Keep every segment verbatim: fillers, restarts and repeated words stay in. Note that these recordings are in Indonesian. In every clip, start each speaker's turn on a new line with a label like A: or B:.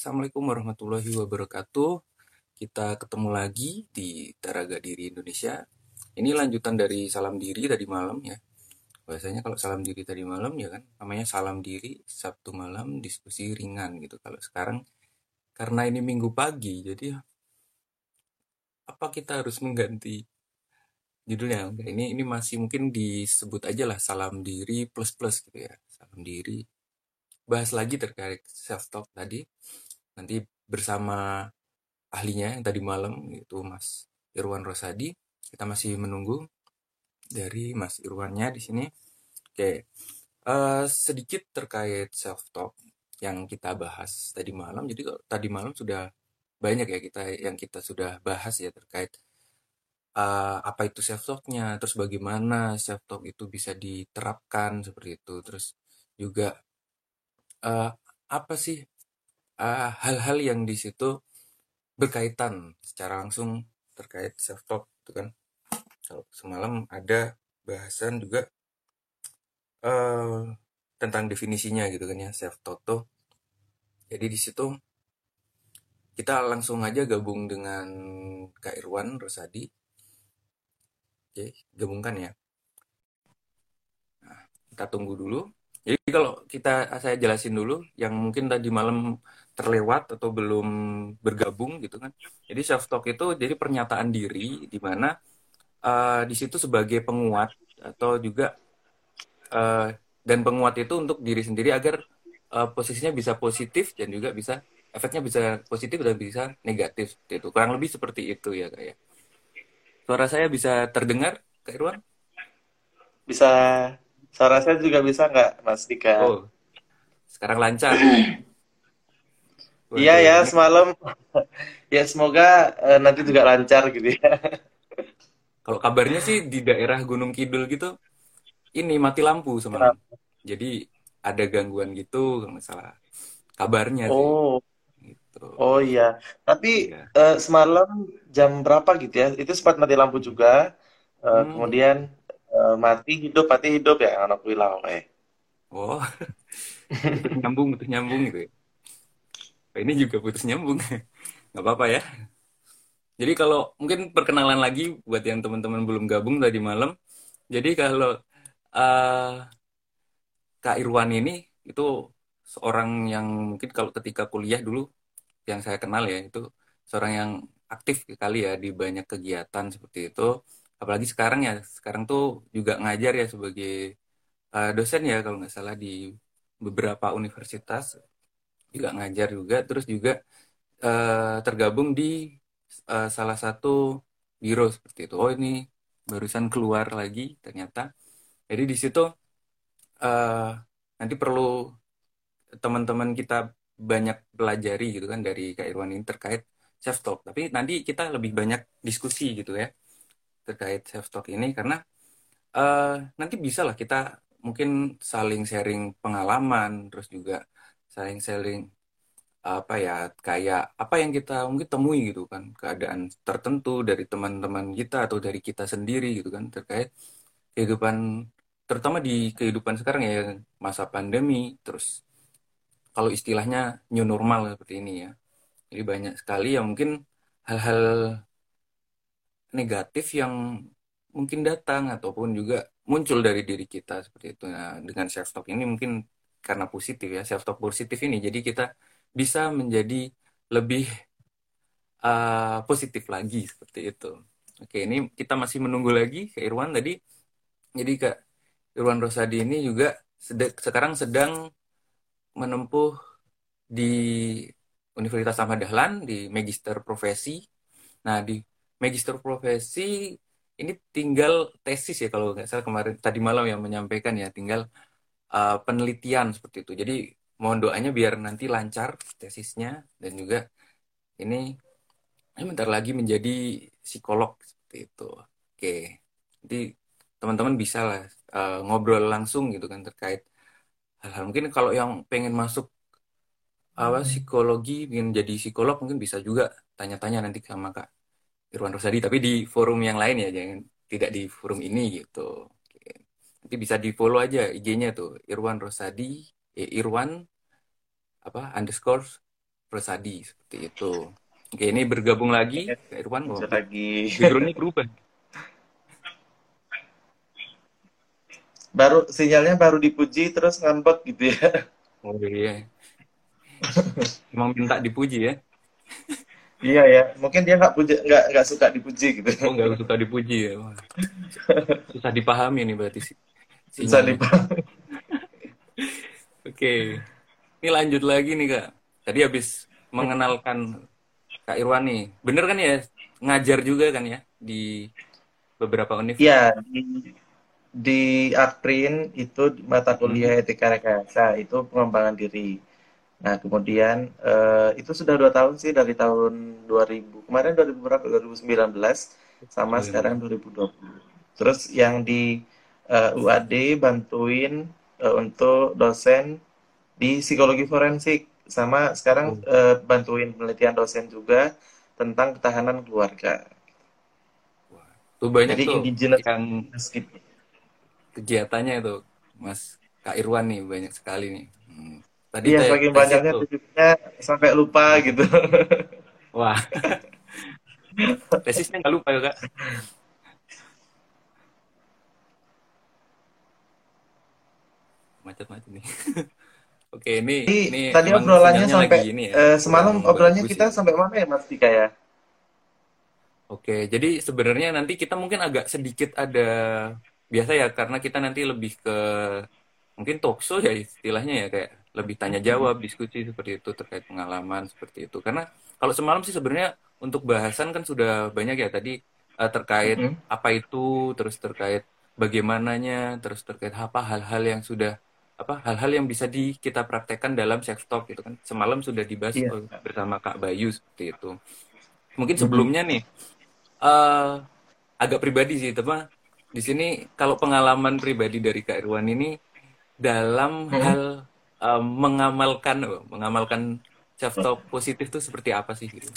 A: Assalamualaikum warahmatullahi wabarakatuh. Kita ketemu lagi di Taraga Diri Indonesia. Ini lanjutan dari salam diri tadi malam ya. Biasanya kalau salam diri tadi malam ya kan namanya salam diri Sabtu malam diskusi ringan gitu. Kalau sekarang karena ini Minggu pagi, jadi apa kita harus mengganti judulnya? Enggak, ini ini masih mungkin disebut aja lah salam diri plus plus gitu ya. Salam diri. Bahas lagi terkait self talk tadi. Nanti bersama ahlinya yang tadi malam yaitu Mas Irwan Rosadi. Kita masih menunggu dari Mas Irwannya di sini. Oke, eh, sedikit terkait self talk yang kita bahas tadi malam. Jadi kalau tadi malam sudah banyak ya kita yang kita sudah bahas ya terkait eh, apa itu self talknya, terus bagaimana self talk itu bisa diterapkan seperti itu, terus juga eh, apa sih eh, hal-hal yang di situ berkaitan secara langsung terkait self talk itu kan. Kalau semalam ada bahasan juga eh, tentang definisinya gitu kan ya self talk tuh. Jadi di situ kita langsung aja gabung dengan Kak Irwan Rosadi. Oke, gabungkan ya. Nah, kita tunggu dulu. Jadi kalau kita saya jelasin dulu yang mungkin tadi malam terlewat atau belum bergabung gitu kan. Jadi self talk itu jadi pernyataan diri di mana eh, di situ sebagai penguat atau juga eh, dan penguat itu untuk diri sendiri agar eh, posisinya bisa positif dan juga bisa efeknya bisa positif dan bisa negatif seperti itu. Kurang lebih seperti itu ya kak ya. Suara saya bisa terdengar Kak Irwan?
B: Bisa, suara saya juga bisa nggak, Mas Dika?
A: Oh, sekarang lancar.
B: Iya
A: Waduh,
B: ya,
A: ini
B: semalam. Ya semoga eh, nanti juga lancar gitu ya.
A: kalau kabarnya sih di daerah Gunung Kidul gitu ini mati lampu semalam.
B: Kenapa?
A: Jadi ada gangguan gitu kalau nggak salah. Kabarnya sih
B: Oh,
A: gitu.
B: oh iya. Tapi
A: Iya.
B: eh, semalam jam berapa gitu ya? Itu sempat mati lampu juga. Eh,
A: Hmm.
B: kemudian eh, mati hidup, mati hidup ya, anak bilang oke.
A: Oh, putus nyambung, putus nyambung gitu ya. Nah, ini juga putus nyambung. Nggak apa-apa ya. Jadi kalau mungkin perkenalan lagi buat yang teman-teman belum gabung tadi malam. Jadi kalau eh, Kak Irwan ini itu seorang yang mungkin kalau ketika kuliah dulu yang saya kenal ya itu seorang yang aktif kali ya di banyak kegiatan seperti itu. Apalagi sekarang ya, sekarang tuh juga ngajar ya sebagai eh, dosen ya kalau nggak salah di beberapa universitas juga ngajar juga. Terus juga eh, tergabung di eh, salah satu biro seperti itu. Oh ini barusan keluar lagi ternyata. Jadi di situ eh, nanti perlu teman-teman kita banyak pelajari gitu kan dari Kak Irwan ini terkait self talk. Tapi nanti kita lebih banyak diskusi gitu ya terkait self talk ini karena eh, nanti bisa lah kita mungkin saling sharing pengalaman terus juga saling sharing apa ya kayak apa yang kita mungkin temui gitu kan keadaan tertentu dari teman-teman kita atau dari kita sendiri gitu kan terkait kehidupan terutama di kehidupan sekarang ya masa pandemi terus kalau istilahnya new normal seperti ini ya. Jadi banyak sekali yang mungkin hal-hal negatif yang mungkin datang ataupun juga muncul dari diri kita seperti itu. Nah, dengan self talk ini mungkin karena positif ya, self talk positif ini jadi kita bisa menjadi lebih uh, positif lagi seperti itu. Oke, ini kita masih menunggu lagi ke Irwan tadi. Jadi Kak Irwan Rosadi ini juga sede- sekarang sedang menempuh di Universitas Ahmad Dahlan di Magister Profesi. Nah, di Magister Profesi ini tinggal tesis ya kalau nggak salah kemarin tadi malam yang menyampaikan ya, tinggal uh, penelitian seperti itu. Jadi mohon doanya biar nanti lancar tesisnya dan juga ini bentar lagi menjadi psikolog seperti itu. Oke, nanti teman-teman bisa lah uh, ngobrol langsung gitu kan terkait hal-hal mungkin kalau yang pengen masuk apa psikologi, ingin jadi psikolog mungkin bisa juga tanya-tanya nanti sama Kak Irwan Rosadi, tapi di forum yang lain ya, jangan tidak di forum ini gitu. Oke. Nanti bisa di follow aja I G-nya tuh Irwan Rosadi, eh, Irwan apa underscore Prosadi seperti itu. Oke, ini bergabung lagi Kak Irwan. Oh,
B: Muncul lagi.
A: backgroundnya berubah.
B: Baru sinyalnya baru dipuji terus ngambek gitu ya.
A: Oh iya, emang minta dipuji ya.
B: Iya ya, mungkin dia nggak puji, nggak nggak suka dipuji gitu.
A: Oh nggak suka dipuji ya. Wah, susah dipahami nih berarti si-
B: Bisa
A: sinyalnya.
B: dipahami.
A: Oke, ini lanjut lagi nih Kak. Tadi habis mengenalkan Kak Irwan nih. Bener kan ya ngajar juga kan ya di beberapa univ?
B: Ya, di, di Akprin itu mata
A: Hmm.
B: kuliah etika rekayasa itu pengembangan diri. Nah, kemudian eh, itu sudah dua tahun sih dari tahun dua ribu kemarin dua ribu berapa? dua ribu sembilan belas sama sekarang dua ribu dua puluh. Terus yang di eh, U A D bantuin eh, untuk dosen di psikologi forensik sama sekarang
A: Oh,
B: eh, bantuin penelitian dosen juga tentang ketahanan keluarga.
A: wah. Tuh banyak
B: Jadi
A: tuh
B: indigenous
A: yang
B: gitu.
A: kegiatannya itu Mas Kak Irwan nih banyak sekali nih. Hmm. Tadi
B: Iya,
A: te
B: saking
A: tesis
B: banyaknya
A: tuh.
B: tesisnya sampai lupa gitu.
A: Wah, tesisnya nggak lupa ya Kak. Macet-macet nih. Oke, ini
B: Jadi
A: ini
B: tadi
A: emang
B: obrolannya
A: sinyalnya lagi
B: sampai
A: ini ya,
B: eh,
A: kurang
B: semalam obrolannya
A: bagus
B: kita
A: ini.
B: sampai mana ya Mas Dika ya?
A: Oke, jadi sebenarnya nanti kita mungkin agak sedikit ada biasa ya karena kita nanti lebih ke mungkin talk show ya istilahnya ya kayak lebih tanya jawab, diskusi seperti itu terkait pengalaman seperti itu. Karena kalau semalam sih sebenarnya untuk bahasan kan sudah banyak ya tadi eh, terkait
B: Mm-mm.
A: apa itu, terus terkait bagaimananya, terus terkait apa hal-hal yang sudah apa hal-hal yang bisa di kita praktekkan dalam self talk gitu kan. Semalam sudah dibahas
B: Iya.
A: eh, bersama Kak Bayu seperti itu. Mungkin
B: Mm-mm.
A: sebelumnya nih eh agak pribadi sih, teman. Di sini kalau pengalaman pribadi dari Kak Irwan ini dalam
B: Mm-mm.
A: hal eh, mengamalkan oh, mengamalkan self talk positif tuh seperti apa sih gitu.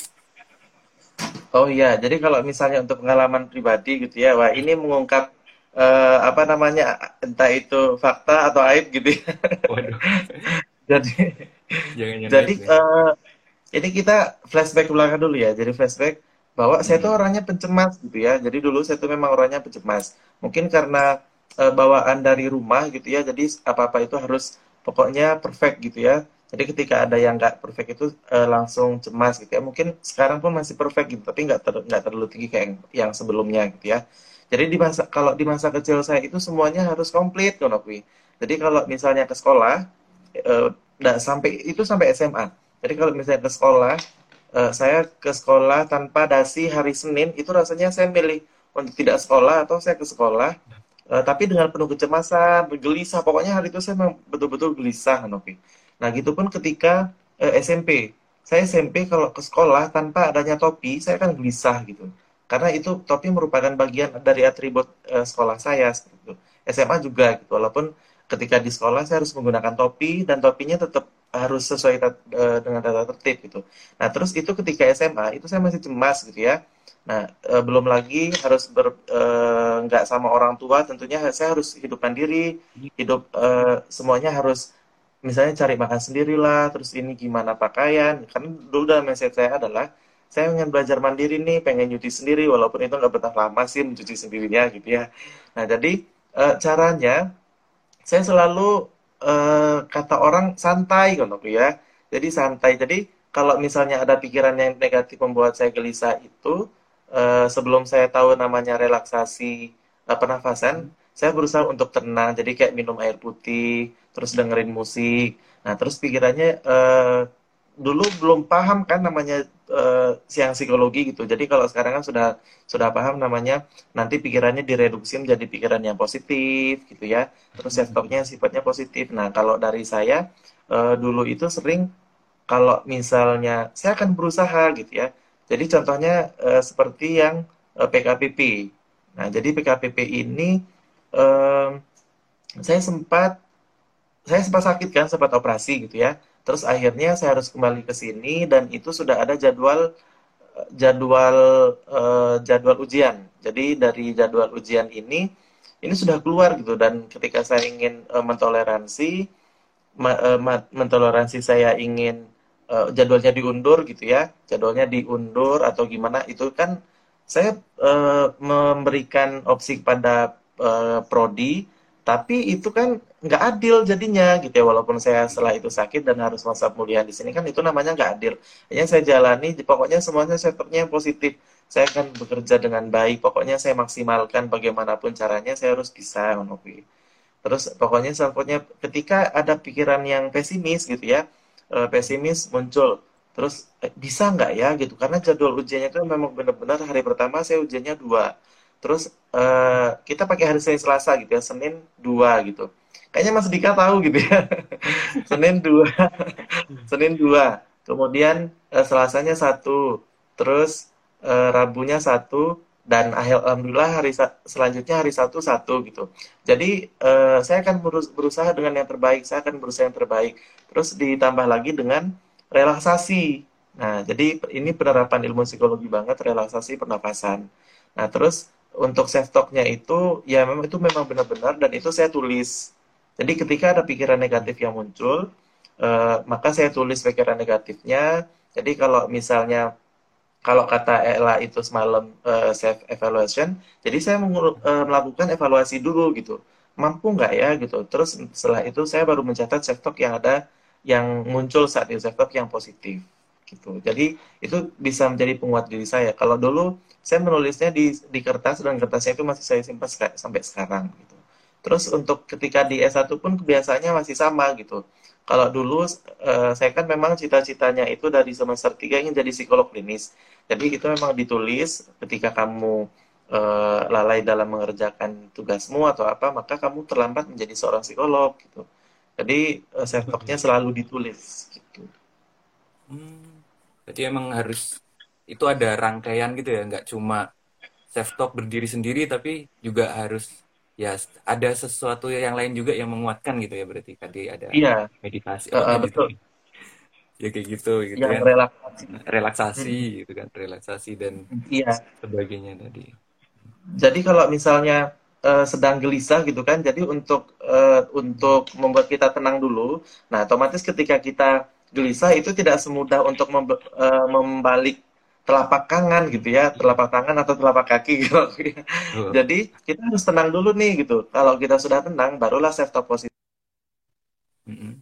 B: Oh iya, jadi kalau misalnya untuk pengalaman pribadi gitu ya, wah ini mengungkap eh, apa namanya, entah itu fakta atau aib gitu ya.
A: Waduh,
B: Jadi,
A: jangan
B: jadi
A: naik nih.
B: eh, ini kita flashback ke belakang dulu ya. Jadi flashback bahwa saya tuh
A: Hmm.
B: orangnya pencemas gitu ya. Jadi dulu saya tuh memang orangnya pencemas. Mungkin karena eh, bawaan dari rumah gitu ya. Jadi apa-apa itu harus pokoknya perfect gitu ya. Jadi ketika ada yang nggak perfect itu eh, langsung cemas gitu ya. Mungkin sekarang pun masih perfect gitu, tapi nggak ter- nggak terlalu tinggi kayak yang, yang sebelumnya gitu ya. Jadi di masa kalau di masa kecil saya itu semuanya harus komplit kan Okwi. Jadi kalau misalnya ke sekolah eh, nggak sampai itu sampai S M A. Jadi kalau misalnya ke sekolah, eh, saya ke sekolah tanpa dasi hari Senin, itu rasanya saya milih untuk tidak sekolah atau saya ke sekolah, eh, tapi dengan penuh kecemasan, gelisah. Pokoknya hari itu saya memang betul-betul gelisah, Novi. Nah, gitu pun ketika eh, S M P. Saya S M P kalau ke sekolah tanpa adanya topi, saya kan gelisah gitu. Karena itu topi merupakan bagian dari atribut eh, sekolah saya. Seperti itu. S M A juga gitu. Walaupun ketika di sekolah saya harus menggunakan topi dan topinya tetap harus sesuai tat- eh, dengan tata tertib gitu. Nah, terus itu ketika S M A itu saya masih cemas gitu ya. Nah, eh, belum lagi harus ber eh, nggak sama orang tua, tentunya saya harus hidup mandiri, hidup eh, semuanya harus misalnya cari makan sendirilah, terus ini gimana pakaian. Karena dulu dalam mindset saya adalah saya ingin belajar mandiri nih, pengen nyuci sendiri, walaupun itu nggak betah lama sih mencuci sendirinya gitu ya. Nah, jadi eh, caranya saya selalu eh, kata orang santai kan aku ya. Jadi santai. Jadi kalau misalnya ada pikiran yang negatif membuat saya gelisah itu eh, sebelum saya tahu namanya relaksasi eh, pernafasan, saya berusaha untuk tenang. Jadi kayak minum air putih, terus dengerin musik. Nah, terus pikirannya eh, dulu belum paham kan namanya eh, siang psikologi gitu. Jadi kalau sekarang kan sudah sudah paham namanya nanti pikirannya direduksi menjadi pikiran yang positif gitu ya. Terus self talk-nya sifatnya positif. Nah, kalau dari saya eh, dulu itu sering kalau misalnya saya akan berusaha gitu ya. Jadi contohnya eh, seperti yang eh, P K P P. Nah, jadi P K P P ini eh, saya sempat saya sempat sakit kan, sempat operasi gitu ya. Terus akhirnya saya harus kembali ke sini dan itu sudah ada jadwal jadwal eh, jadwal ujian. Jadi dari jadwal ujian ini ini sudah keluar gitu dan ketika saya ingin eh, mentoleransi ma- eh, ma- mentoleransi saya ingin eh, jadwalnya diundur gitu ya, jadwalnya diundur atau gimana itu kan saya eh, memberikan opsi kepada eh, prodi, tapi itu kan nggak adil jadinya gitu ya. Walaupun saya setelah itu sakit dan harus masa pemulihan di sini kan itu namanya nggak adil. Hanya saya jalani, pokoknya semuanya setupnya yang positif. Saya akan bekerja dengan baik, pokoknya saya maksimalkan bagaimanapun caranya, saya harus bisa ngono. Terus pokoknya sampainya ketika ada pikiran yang pesimis gitu ya, eh, pesimis muncul. Terus eh, bisa nggak ya gitu? Karena jadwal ujiannya itu memang benar-benar hari pertama saya ujiannya dua. Terus eh, kita pakai hari Senin Selasa gitu ya, Senin dua gitu. Kayaknya Mas Dika tahu gitu ya. Senin dua, Senin dua, kemudian eh, Selasanya satu, terus eh, Rabunya satu, dan akhir alhamdulillah hari Sa- selanjutnya hari Sabtu satu gitu. Jadi eh, saya akan berus- berusaha dengan yang terbaik, saya akan berusaha yang terbaik. Terus ditambah lagi dengan relaksasi. Nah, jadi ini penerapan ilmu psikologi banget, relaksasi pernapasan. Nah, terus untuk self talk-nya itu ya memang itu memang benar-benar dan itu saya tulis. Jadi ketika ada pikiran negatif yang muncul, eh, maka saya tulis pikiran negatifnya. Jadi kalau misalnya kalau kata Ella itu semalam eh, self evaluation, jadi saya mengur- eh, melakukan evaluasi dulu gitu. Mampu nggak ya gitu. Terus setelah itu saya baru mencatat self talk yang ada yang muncul saat itu self talk yang positif gitu. Jadi itu bisa menjadi penguat diri saya. Kalau dulu saya menulisnya di di kertas dan kertasnya itu masih saya simpan seka- sampai sekarang gitu. Terus untuk ketika di S satu pun kebiasaannya masih sama gitu. Kalau dulu eh, saya kan memang cita-citanya itu dari semester tiga ingin jadi psikolog klinis. Jadi itu memang ditulis ketika kamu eh, lalai dalam mengerjakan tugasmu atau apa, maka kamu terlambat menjadi seorang psikolog gitu. Jadi eh, self talk-nya selalu ditulis gitu.
A: Hmm, berarti emang harus itu ada rangkaian gitu ya, nggak cuma self talk berdiri sendiri, tapi juga harus ya ada sesuatu yang lain juga yang menguatkan gitu ya. Berarti tadi ada
B: Iya,
A: meditasi,
B: eh,
A: apa
B: eh, betul.
A: meditasi, ya kayak gitu gitu
B: Yang
A: kan,
B: relaksasi.
A: relaksasi
B: Mm-mm.
A: gitu kan, relaksasi dan
B: Iya.
A: sebagainya tadi.
B: Jadi kalau misalnya eh, sedang gelisah gitu kan, jadi untuk eh, untuk membuat kita tenang dulu, nah otomatis ketika kita gelisah itu tidak semudah untuk membe- eh, membalik telapak tangan gitu ya, telapak tangan atau telapak kaki gitu.
A: Oh,
B: Jadi kita harus tenang dulu nih gitu. Kalau kita sudah tenang, barulah self talk positif.
A: mm-mm.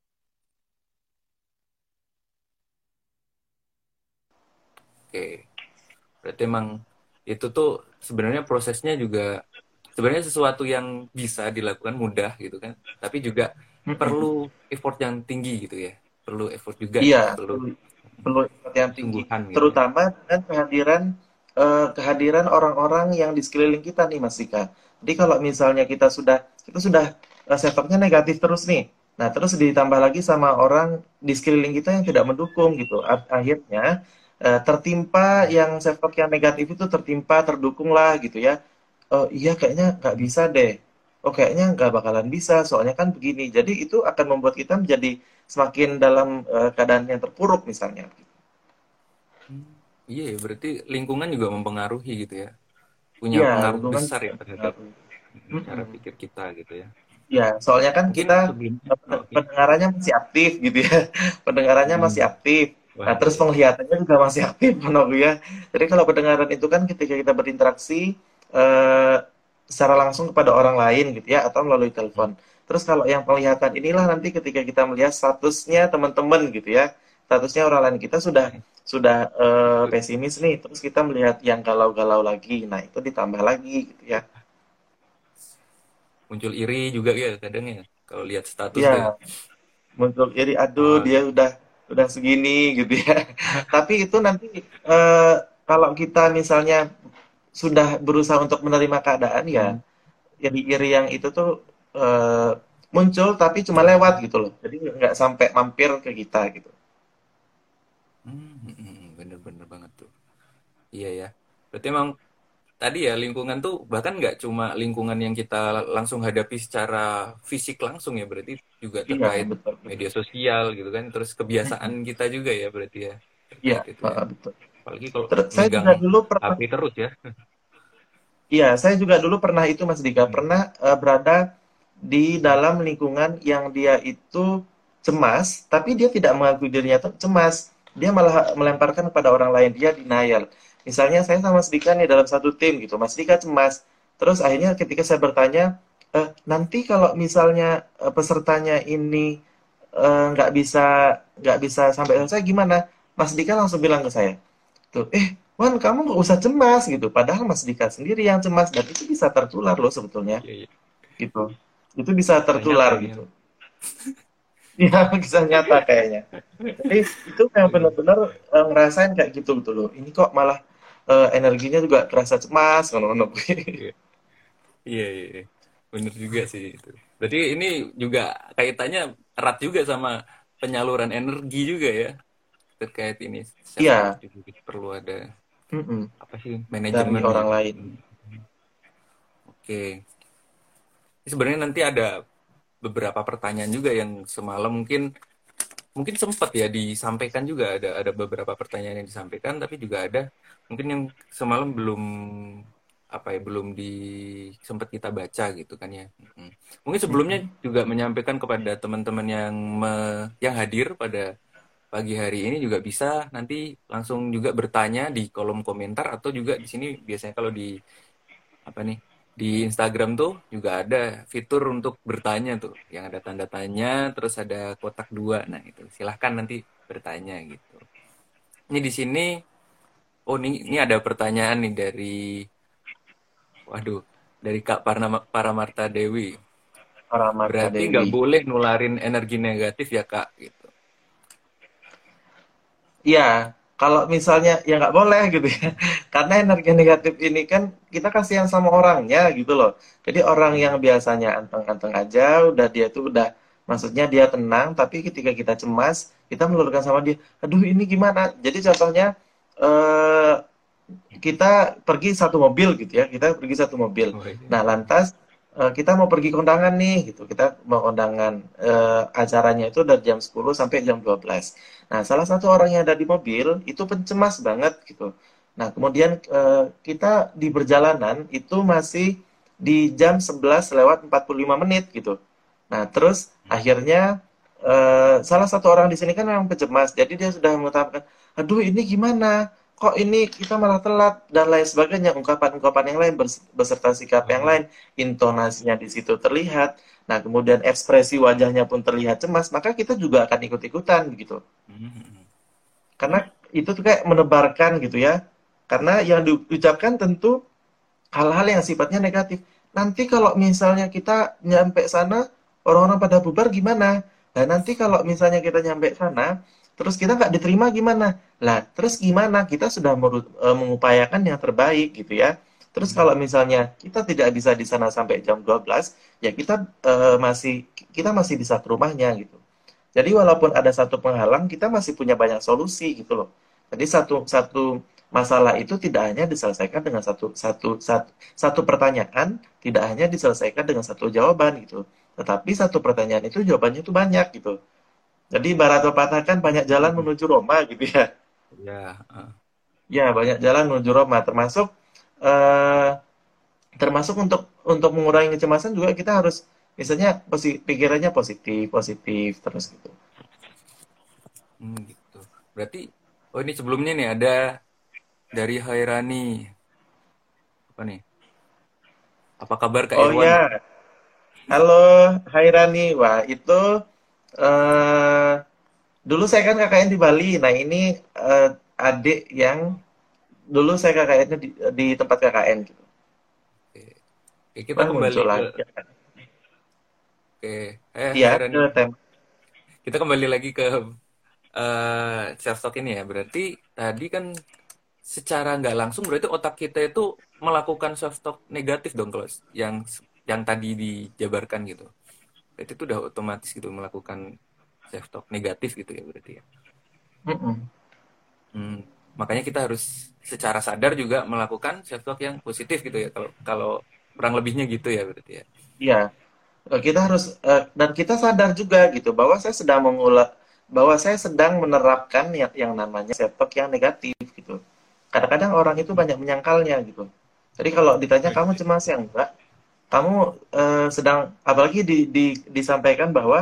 A: Oke, berarti emang itu tuh sebenarnya prosesnya juga sebenarnya sesuatu yang bisa dilakukan mudah gitu kan, tapi juga perlu effort yang tinggi gitu ya, perlu effort juga
B: Iya,
A: gitu, perlu
B: perlu perlu effort yang tinggi,
A: sungguhan gitu ya.
B: terutama dengan kehadiran eh, kehadiran orang-orang yang di sekeliling kita nih, Mas Dika. Jadi kalau misalnya kita sudah kita sudah eh, setupnya negatif terus nih, nah terus ditambah lagi sama orang di sekeliling kita yang tidak mendukung gitu, A- akhirnya eh, tertimpa yang self-talk yang negatif itu tertimpa, terdukung lah gitu ya. Oh iya kayaknya nggak bisa deh. Oh kayaknya nggak bakalan bisa, soalnya kan begini. Jadi itu akan membuat kita menjadi semakin dalam eh, keadaan yang terpuruk misalnya.
A: Hmm, iya ya, berarti lingkungan juga mempengaruhi gitu ya, punya
B: Iya,
A: pengaruh
B: lingkungan
A: besar
B: juga
A: ya terhadap
B: berpengaruh.
A: mm, cara
B: Mm-mm.
A: pikir kita gitu ya.
B: Ya, soalnya kan
A: Mungkin
B: kita
A: sebelumnya,
B: eh,
A: oh,
B: pende-
A: oke.
B: pendengarannya masih aktif gitu ya. Pendengarannya
A: Hmm.
B: masih aktif.
A: Wah
B: Nah,
A: iya
B: terus
A: ya.
B: penglihatannya juga masih aktif, menurut ya. Jadi kalau pendengaran itu kan ketika kita berinteraksi eh, secara langsung kepada orang lain gitu ya, atau melalui
A: Hmm.
B: telepon. Terus kalau yang penglihatan inilah nanti ketika kita melihat statusnya teman-teman gitu ya, statusnya orang lain kita sudah sudah eh,
A: Ikut
B: pesimis nih, terus kita melihat yang galau-galau lagi. Nah, itu ditambah lagi gitu ya.
A: muncul iri juga ya kadang ya kalau lihat status tuh ya.
B: Ya, muncul iri, aduh
A: Ah,
B: dia udah udah segini gitu ya. Tapi itu nanti eh, kalau kita misalnya sudah berusaha untuk menerima keadaan ya,
A: hmm.
B: iri-iri yang itu tuh eh, muncul tapi cuma lewat gitu loh. Jadi nggak sampai mampir ke kita gitu.
A: Hmm, hmm, hmm, bener-bener banget tuh. Iya ya. Berarti emang tadi ya lingkungan tuh bahkan nggak cuma lingkungan yang kita langsung hadapi secara fisik langsung ya, berarti juga
B: Iya,
A: terkait
B: betul betul.
A: media sosial gitu kan, terus kebiasaan kita juga ya berarti ya
B: Iya,
A: terkait itu ya.
B: heeh, betul.
A: Apalagi kalau
B: Terus saya
A: megang
B: juga dulu pernah.
A: H P terus ya.
B: Iya, saya juga dulu pernah itu Mas Dika,
A: Hmm.
B: pernah eh, berada di dalam lingkungan yang dia itu cemas, tapi dia tidak mengakui dirinya tuh cemas. Dia malah melemparkan kepada orang lain, dia denial. Misalnya saya sama Mas Dika nih dalam satu tim gitu, Mas Dika cemas. Terus akhirnya ketika saya bertanya, "Eh, nanti kalau misalnya eh, pesertanya ini eh, nggak bisa nggak bisa sampai selesai gimana?" Mas Dika langsung bilang ke saya, tuh, eh, Wan, kamu nggak usah cemas gitu. Padahal Mas Dika sendiri yang cemas dan itu bisa tertular loh sebetulnya,
A: Iya, iya.
B: gitu. Itu bisa
A: Kisah nyata
B: tertular
A: ini.
B: gitu. Iya, kisah nyata kayaknya. Jadi itu yang
A: Iya,
B: benar-benar eh, ngerasain kayak gitu gitu loh. Ini kok malah eh, energinya juga terasa cemas, ngono-ngono.
A: iya, iya, iya, iya. Bener juga sih itu. Berarti ini juga kaitannya erat juga sama penyaluran energi juga ya, terkait ini self talk
B: Iya,
A: juga perlu ada
B: mm-mm.
A: apa sih
B: Dari
A: manajemen
B: orang
A: gitu.
B: lain.
A: Hmm, Oke. Ini sebenarnya nanti ada beberapa pertanyaan juga yang semalam mungkin mungkin sempat ya disampaikan juga ada ada beberapa pertanyaan yang disampaikan tapi juga ada mungkin yang semalam belum apa ya belum di sempat kita baca gitu kan ya. Mm. Mungkin sebelumnya
B: Mm-mm.
A: juga menyampaikan kepada teman-teman yang me- yang hadir pada pagi hari ini juga bisa nanti langsung juga bertanya di kolom komentar atau juga di sini biasanya kalau di apa nih di Instagram tuh juga ada fitur untuk bertanya tuh yang ada tanda tanya terus ada kotak dua nah itu silahkan nanti bertanya gitu ini di sini oh ini ini ada pertanyaan nih dari waduh dari Kak Parna, Paramarta Dewi
B: Paramarta
A: berarti nggak
B: Dewi.
A: boleh nularin energi negatif ya Kak gitu.
B: Iya, kalau misalnya ya nggak boleh gitu ya. Karena energi negatif ini kan kita kasihan sama orangnya gitu loh. Jadi orang yang
A: Hmm.
B: biasanya anteng-anteng aja, udah dia tuh udah, maksudnya dia tenang, tapi ketika kita cemas, kita meluruskan sama dia, aduh ini gimana? Jadi contohnya, eh, kita pergi satu mobil gitu ya, kita pergi satu mobil.
A: Oh, iya.
B: Nah, lantas eh, kita mau pergi kondangan nih gitu. Kita mau kondangan eh, acaranya itu dari jam sepuluh sampai jam dua belas. Nah, salah satu orang yang ada di mobil itu pencemas banget gitu. Nah, kemudian eh, kita di perjalanan itu masih di jam sebelas lewat empat puluh lima menit gitu. Nah, terus akhirnya eh, salah satu orang di sini kan memang pencemas. Jadi dia sudah mengutarakan, "Aduh, ini gimana? Kok ini kita malah telat?" dan lain sebagainya, ungkapan-ungkapan yang lain beserta sikap yang
A: Oh.
B: lain, intonasinya di situ terlihat. Nah, kemudian ekspresi wajahnya pun terlihat cemas, maka kita juga akan ikut-ikutan gitu.
A: Hmm.
B: Karena itu tuh kayak menebarkan gitu ya. Karena yang diucapkan tentu hal-hal yang sifatnya negatif. Nanti kalau misalnya kita nyampe sana, orang-orang pada bubar gimana? Nah, nanti kalau misalnya kita nyampe sana, terus kita nggak diterima gimana? Lah, terus gimana? Kita sudah eh, mengupayakan yang terbaik gitu ya. Terus kalau misalnya kita tidak bisa di sana sampai jam dua belas, ya kita eh, masih kita masih bisa ke rumahnya gitu. Jadi walaupun ada satu penghalang, kita masih punya banyak solusi gitu loh. Jadi satu satu masalah itu tidak hanya diselesaikan dengan satu satu satu, satu pertanyaan, tidak hanya diselesaikan dengan satu jawaban gitu. Tetapi satu pertanyaan itu jawabannya itu banyak gitu. Jadi ibarat pepatah kan banyak jalan
A: Hmm.
B: menuju Roma gitu ya.
A: Ya, ah.
B: Ya, banyak jalan menuju Roma termasuk eh, termasuk untuk untuk mengurangi kecemasan juga kita harus misalnya posi- pikirannya positif, positif terus gitu.
A: Hmm, gitu berarti oh ini sebelumnya nih ada dari Hairani apa nih apa kabar Kak
B: Oh
A: Irwan.
B: ya, halo, hai Rani. Wah, itu eh dulu saya kan K K N di Bali. Nah, ini eh, adik yang dulu saya K K N-nya di, di tempat K K N gitu.
A: Oke. Oke, kita
B: Wah,
A: kembali
B: muncul
A: ke
B: lagi.
A: oke eh
B: Iya,
A: Hairani
B: ke tema.
A: kita kembali lagi ke eh self talk ini ya berarti tadi kan secara nggak langsung berarti otak kita itu melakukan self talk negatif dong kalau yang yang tadi dijabarkan gitu berarti itu udah otomatis gitu melakukan self talk negatif gitu ya berarti ya.
B: Mm-mm.
A: Hmm, makanya kita harus secara sadar juga melakukan self talk yang positif gitu ya. Kalau kalau kurang lebihnya gitu ya berarti ya.
B: Iya, eh, kita harus eh, dan kita sadar juga gitu bahwa saya sedang mengulang bahwa saya sedang menerapkan yang, yang namanya self talk yang negatif gitu. Kadang-kadang orang itu banyak menyangkalnya gitu. Jadi kalau ditanya kamu cemas ya enggak, kamu eh, sedang apalagi di, di, disampaikan bahwa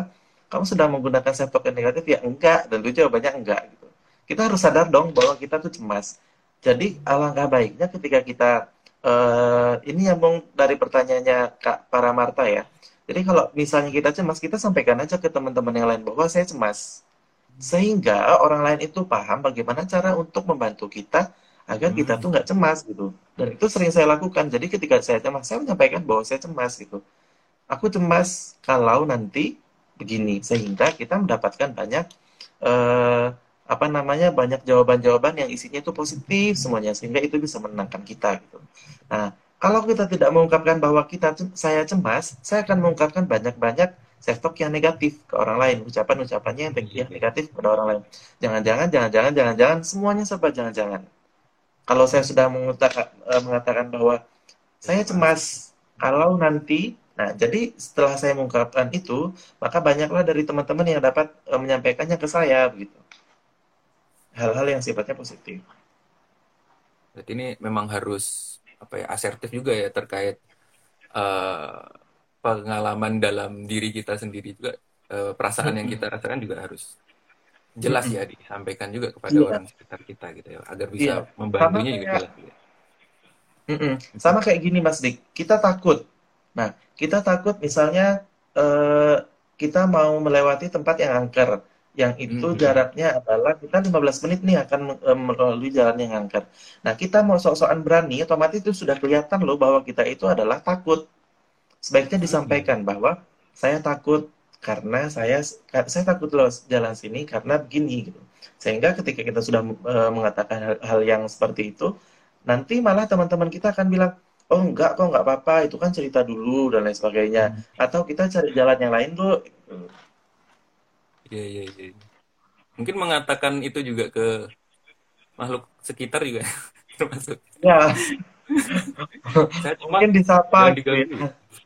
B: kamu sudah menggunakan self talk yang negatif ya enggak, dan itu jawabannya enggak gitu. Kita harus sadar dong bahwa kita tuh cemas. Jadi alangkah baiknya ketika kita eh, ini nyambung dari pertanyaannya Kak Paramarta ya. Jadi kalau misalnya kita cemas, kita sampaikan aja ke teman-teman yang lain bahwa saya cemas. Sehingga orang lain itu paham bagaimana cara untuk membantu kita agar kita
A: Hmm.
B: tuh nggak cemas gitu. Dan itu sering saya lakukan. Jadi ketika saya cemas, saya menyampaikan bahwa saya cemas gitu. Aku cemas kalau nanti begini, sehingga kita mendapatkan banyak eh, apa namanya banyak jawaban-jawaban yang isinya itu positif semuanya, sehingga itu bisa menenangkan kita gitu. Nah, kalau kita tidak mengungkapkan bahwa kita saya cemas, saya akan mengungkapkan banyak-banyak self talk yang negatif ke orang lain, ucapan-ucapannya yang,
A: Iya,
B: yang
A: iya.
B: negatif kepada orang lain. Jangan-jangan, jangan-jangan, jangan-jangan, semuanya serba jangan-jangan. Kalau saya sudah mengatakan, mengatakan bahwa saya
A: Cemas.
B: cemas kalau nanti, nah jadi setelah saya mengungkapkan itu, maka banyaklah dari teman-teman yang dapat e, menyampaikannya ke saya begitu. Hal-hal yang sifatnya positif.
A: Berarti ini memang harus apa ya asertif juga ya terkait eh, pengalaman dalam diri kita sendiri juga, eh, perasaan yang kita
B: Mm-mm.
A: rasakan juga harus jelas ya
B: Mm-mm.
A: disampaikan juga kepada
B: Iya,
A: orang sekitar kita gitu ya agar bisa
B: iya. Sama
A: membantunya juga
B: kayak,
A: jelas ya.
B: mm-mm. Sama kayak gini Mas Dik. Kita takut. Nah, kita takut misalnya eh, kita mau melewati tempat yang angker. Yang itu
A: Mhm.
B: jaraknya adalah kita lima belas menit nih akan eh, melalui jalan yang angker. Nah, kita mau sok-sokan berani, otomatis itu sudah kelihatan loh bahwa kita itu adalah takut. Sebaiknya
A: Mhm.
B: disampaikan bahwa saya takut karena saya saya takut loh jalan sini karena begini gitu. Sehingga ketika kita sudah eh, mengatakan hal, hal yang seperti itu, nanti malah teman-teman kita akan bilang, oh enggak kok nggak apa-apa, itu kan cerita dulu dan lain sebagainya.
A: Mhm.
B: Atau kita cari jalan yang lain dulu. Gitu.
A: Iya, iya, iya. Mungkin mengatakan itu juga ke makhluk sekitar juga termasuk.
B: Ya,
A: Saya cemas,
B: mungkin disapa
A: jangan
B: gitu ya.
A: diganggu.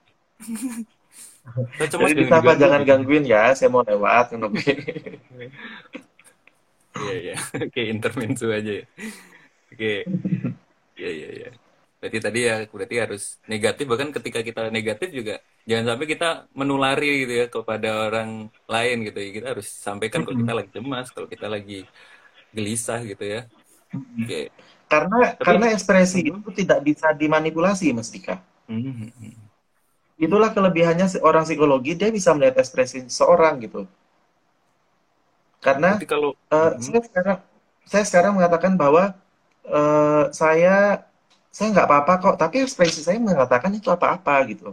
A: Saya cemas,
B: Jadi
A: jangan
B: disapa
A: diganggu
B: jangan
A: gitu.
B: gangguin ya, saya mau lewat.
A: Iya, iya. Oke, intermezzo aja ya. Oke, iya, iya, iya. Berarti tadi ya, berarti harus negatif. Bahkan ketika kita negatif juga, jangan sampai kita menulari gitu ya kepada orang lain gitu ya. Kita harus sampaikan kalau kita lagi cemas, kalau kita lagi gelisah gitu ya. Oke.
B: Karena
A: Tapi,
B: karena ekspresi
A: mhm,
B: itu tidak bisa dimanipulasi, Mas Dika.
A: mhm, mhm.
B: Itulah kelebihannya orang psikologi, dia bisa melihat ekspresi seseorang gitu. Karena
A: Berarti kalau,
B: eh,
A: mhm.
B: saya sekarang saya sekarang mengatakan bahwa eh, saya saya nggak apa-apa kok, tapi ekspresi saya mengatakan itu apa-apa gitu.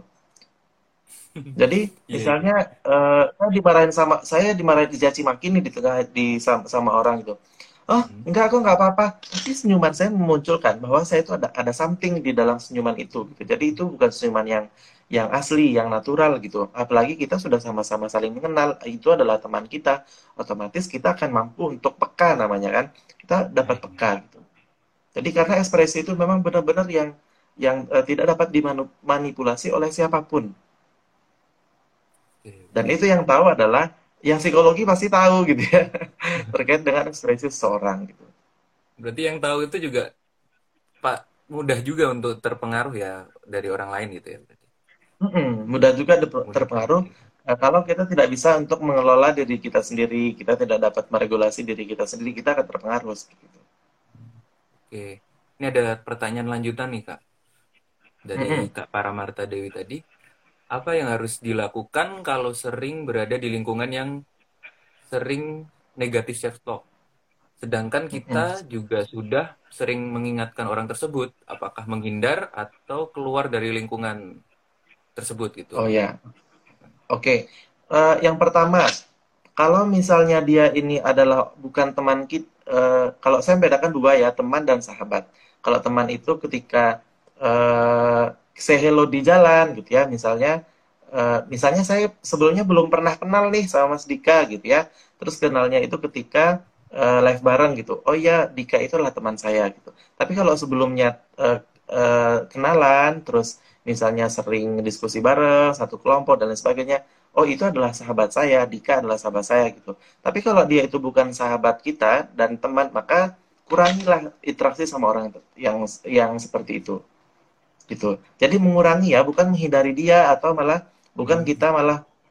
B: Jadi
A: Iya, iya.
B: misalnya eh, saya dimarahin sama saya dimarahin dicaci maki nih di tengah di sama, sama orang gitu. Oh
A: Mhm.
B: enggak kok nggak apa-apa. Tapi senyuman saya memunculkan bahwa saya itu ada ada something di dalam senyuman itu gitu. Jadi itu bukan senyuman yang yang asli, yang natural gitu. Apalagi kita sudah sama-sama saling mengenal, itu adalah teman kita. Otomatis kita akan mampu untuk peka namanya kan. Kita
A: Nah,
B: dapat
A: ini.
B: peka gitu. Jadi karena ekspresi itu memang benar-benar yang yang eh, tidak dapat dimanipulasi oleh siapapun.
A: Oke,
B: Dan
A: oke.
B: itu yang tahu adalah yang psikologi pasti tahu gitu ya terkait dengan ekspresi seseorang gitu.
A: Berarti yang tahu itu juga Pak mudah juga untuk terpengaruh ya dari orang lain gitu ya berarti.
B: Mm-mm, mudah juga
A: Mudah juga
B: terpengaruh
A: ya.
B: eh, kalau kita tidak bisa untuk mengelola diri kita sendiri, kita tidak dapat meregulasi diri kita sendiri, kita akan terpengaruh seperti itu.
A: Oke. Ini ada pertanyaan lanjutan nih Kak dari
B: Mm-mm.
A: Kak Paramarta Dewi tadi. Apa yang harus dilakukan kalau sering berada di lingkungan yang sering negatif self-talk? Sedangkan kita
B: Mm-mm.
A: juga sudah sering mengingatkan orang tersebut, apakah menghindar atau keluar dari lingkungan tersebut gitu.
B: Oh ya, oke. Eh, yang pertama, kalau misalnya dia ini adalah bukan teman kita, kalau saya membedakan dua ya, teman dan sahabat. Kalau teman itu ketika eh say hello di jalan gitu ya, misalnya eh, misalnya saya sebelumnya belum pernah kenal nih sama Mas Dika gitu ya. Terus kenalnya itu ketika eh, live bareng gitu. Oh iya, Dika itu adalah teman saya gitu. Tapi kalau sebelumnya eh, eh, kenalan, terus misalnya sering diskusi bareng, satu kelompok dan lain sebagainya, oh itu adalah sahabat saya, Dika adalah sahabat saya gitu. Tapi kalau dia itu bukan sahabat kita dan teman, maka kurangilah interaksi sama orang yang yang seperti itu gitu. Jadi mengurangi ya, bukan menghindari dia atau malah bukan
A: Hmm.
B: kita malah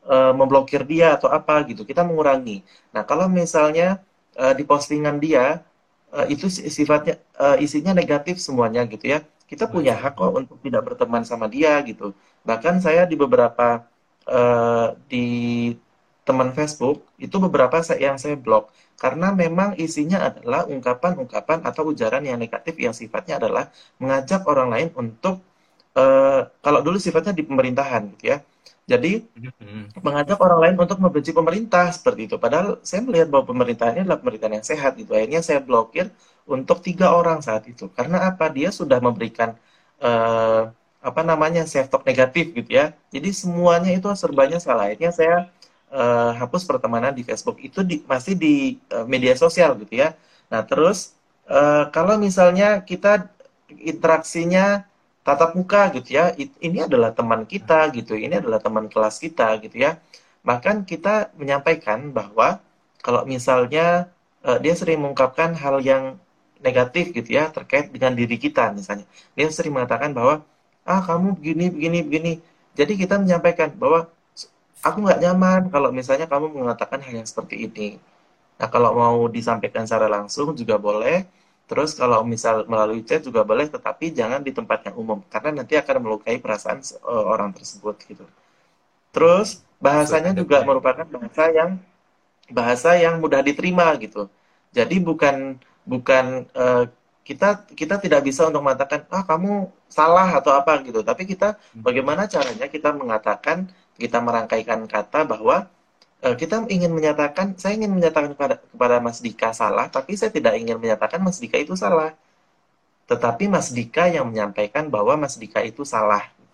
B: eh, memblokir dia atau apa gitu. Kita mengurangi. Nah, kalau misalnya eh, di postingan dia eh, itu si- sifatnya eh, isinya negatif semuanya gitu ya. Kita punya
A: Waduh.
B: hak kok untuk tidak berteman sama dia gitu. Bahkan saya di beberapa eh, di teman Facebook itu beberapa sa- yang saya blok karena memang isinya adalah ungkapan-ungkapan atau ujaran yang negatif yang sifatnya adalah mengajak orang lain untuk eh, kalau dulu sifatnya di pemerintahan gitu ya. Jadi
A: Mhm.
B: mengajak orang lain untuk membenci pemerintah seperti itu. Padahal saya melihat bahwa pemerintahannya adalah pemerintahan yang sehat gitu. Akhirnya saya blokir untuk tiga orang saat itu. Karena apa? Dia sudah memberikan eh, apa namanya self talk negatif gitu ya. Jadi semuanya itu serbanya salah. Akhirnya saya eh, hapus pertemanan di Facebook itu di, masih di eh, media sosial gitu ya. Nah terus eh, kalau misalnya kita interaksinya tatap muka gitu ya, ini adalah teman kita gitu, ini adalah teman kelas kita gitu ya. Bahkan kita menyampaikan bahwa kalau misalnya eh, dia sering mengungkapkan hal yang negatif gitu ya terkait dengan diri kita misalnya. Dia sering mengatakan bahwa ah kamu begini begini begini. Jadi kita menyampaikan bahwa aku nggak nyaman kalau misalnya kamu mengatakan hal yang seperti ini. Nah, kalau mau disampaikan secara langsung juga boleh. Terus kalau misal melalui chat juga boleh, tetapi jangan di tempat yang umum karena nanti akan melukai perasaan eh, orang tersebut gitu. Terus
A: Sesuai
B: bahasanya juga
A: adabnya gitu.
B: merupakan bahasa yang bahasa yang mudah diterima gitu. Jadi bukan bukan eh, kita kita tidak bisa untuk mengatakan ah kamu salah atau apa gitu. Tapi kita
A: Mhm.
B: bagaimana caranya kita mengatakan kita merangkaikan kata bahwa eh, kita ingin menyatakan, saya ingin menyatakan kepada, kepada Mas Dika salah, tapi saya tidak ingin menyatakan Mas Dika itu salah. Tetapi Mas Dika yang menyampaikan bahwa Mas Dika itu salah. Gitu.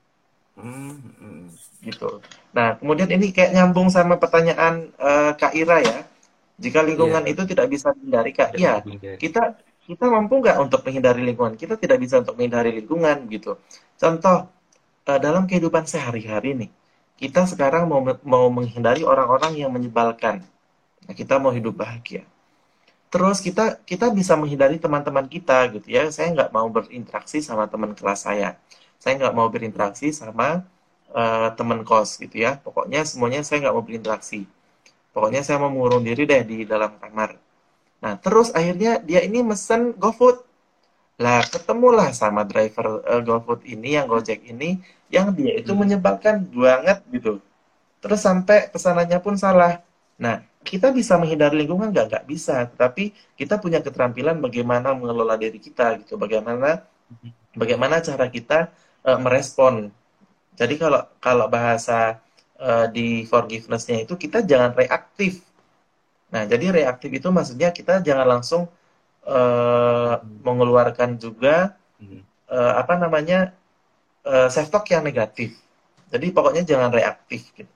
A: Mhm.
B: Gitu. Nah, kemudian ini kayak nyambung sama pertanyaan eh, Kak Ira ya. Jika lingkungan
A: Iya,
B: itu tidak bisa dihindari, Kak,
A: tidak
B: ya
A: bisa dihindari.
B: kita kita mampu nggak untuk menghindari lingkungan? Kita tidak bisa untuk menghindari lingkungan gitu. Contoh eh, dalam kehidupan sehari-hari nih, kita sekarang mau mau menghindari orang-orang yang menyebalkan. Nah, kita mau hidup bahagia. Terus kita kita bisa menghindari teman-teman kita gitu ya. Saya nggak mau berinteraksi sama teman kelas saya. Saya nggak mau berinteraksi sama eh, teman kos gitu ya. Pokoknya semuanya saya nggak mau berinteraksi. Pokoknya saya mau mengurung diri deh di dalam kamar. Nah, terus akhirnya dia ini mesen GoFood. Lah, ketemulah sama driver eh, GoFood ini, yang Gojek ini, yang dia itu
A: Mhm.
B: menyebalkan banget gitu. Terus sampai pesanannya pun salah. Nah, kita bisa menghindari lingkungan nggak? Nggak bisa. Tetapi kita punya keterampilan bagaimana mengelola diri kita gitu. Bagaimana bagaimana cara kita eh, merespon. Jadi kalau kalau bahasa eh, di forgiveness-nya itu kita jangan reaktif. Nah, jadi reaktif itu maksudnya kita jangan langsung eh,
A: Mhm.
B: mengeluarkan juga
A: Mhm.
B: eh, apa namanya eh, self talk yang negatif. Jadi pokoknya jangan reaktif gitu.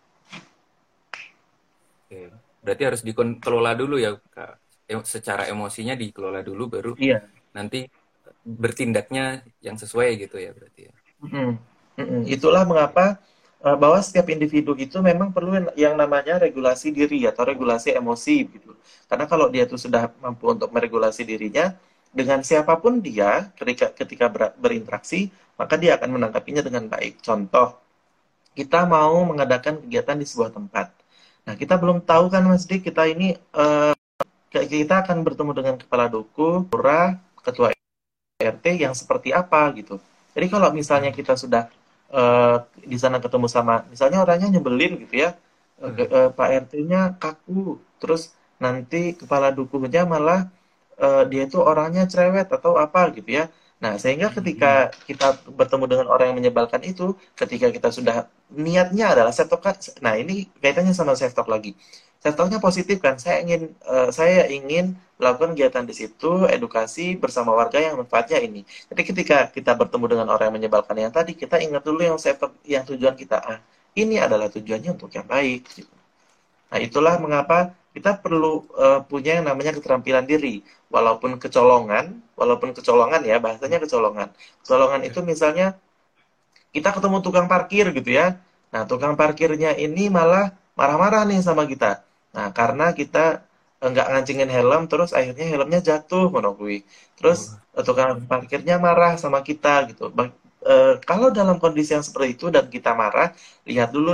A: Oke. Berarti harus dikelola dulu ya, Kak. Em- Secara emosinya dikelola dulu, baru
B: Iya.
A: nanti bertindaknya yang sesuai gitu ya berarti ya.
B: Mm-mm. Mm-mm. Itulah mengapa eh, bahwa setiap individu itu memang perlu yang namanya regulasi diri atau regulasi emosi gitu. Karena kalau dia tuh sudah mampu untuk meregulasi dirinya dengan siapapun dia ketika ketika ber- berinteraksi, maka dia akan menanggapinya dengan baik. Contoh, kita mau mengadakan kegiatan di sebuah tempat. Nah, kita belum tahu kan Mas Dik, kita ini eh, kita akan bertemu dengan kepala duku, lurah, ketua R T yang seperti apa gitu. Jadi kalau misalnya
A: Mhm.
B: kita sudah eh, di sana ketemu sama, misalnya orangnya nyebelin gitu ya, eh, ke- eh, Pak R T-nya kaku, terus nanti kepala dukuhnya malah eh, dia itu orangnya cerewet atau apa gitu ya. Nah, sehingga ketika
A: Mhm.
B: kita bertemu dengan orang yang menyebalkan itu, ketika kita sudah niatnya adalah self talk. Nah, ini kaitannya sama self talk lagi. Self talknya positif kan. Saya ingin eh, saya ingin melakukan kegiatan di situ, edukasi bersama warga yang manfaatnya ini. Jadi ketika kita bertemu dengan orang yang menyebalkan yang tadi, kita ingat dulu yang self talk, yang tujuan kita. Ah, ini adalah tujuannya untuk yang baik. Gitu. Nah, itulah mengapa kita perlu eh, punya yang namanya keterampilan diri. Walaupun kecolongan, walaupun kecolongan ya, bahasanya kecolongan. Kecolongan itu misalnya kita ketemu tukang parkir gitu ya. Nah, tukang parkirnya ini malah marah-marah nih sama kita. Nah, karena kita eh, nggak ngancingin helm, terus akhirnya helmnya jatuh, monokui. Terus
A: Oh.
B: eh, tukang parkirnya marah sama kita gitu. Ba- eh, kalau dalam kondisi yang seperti itu dan kita marah, lihat dulu nih,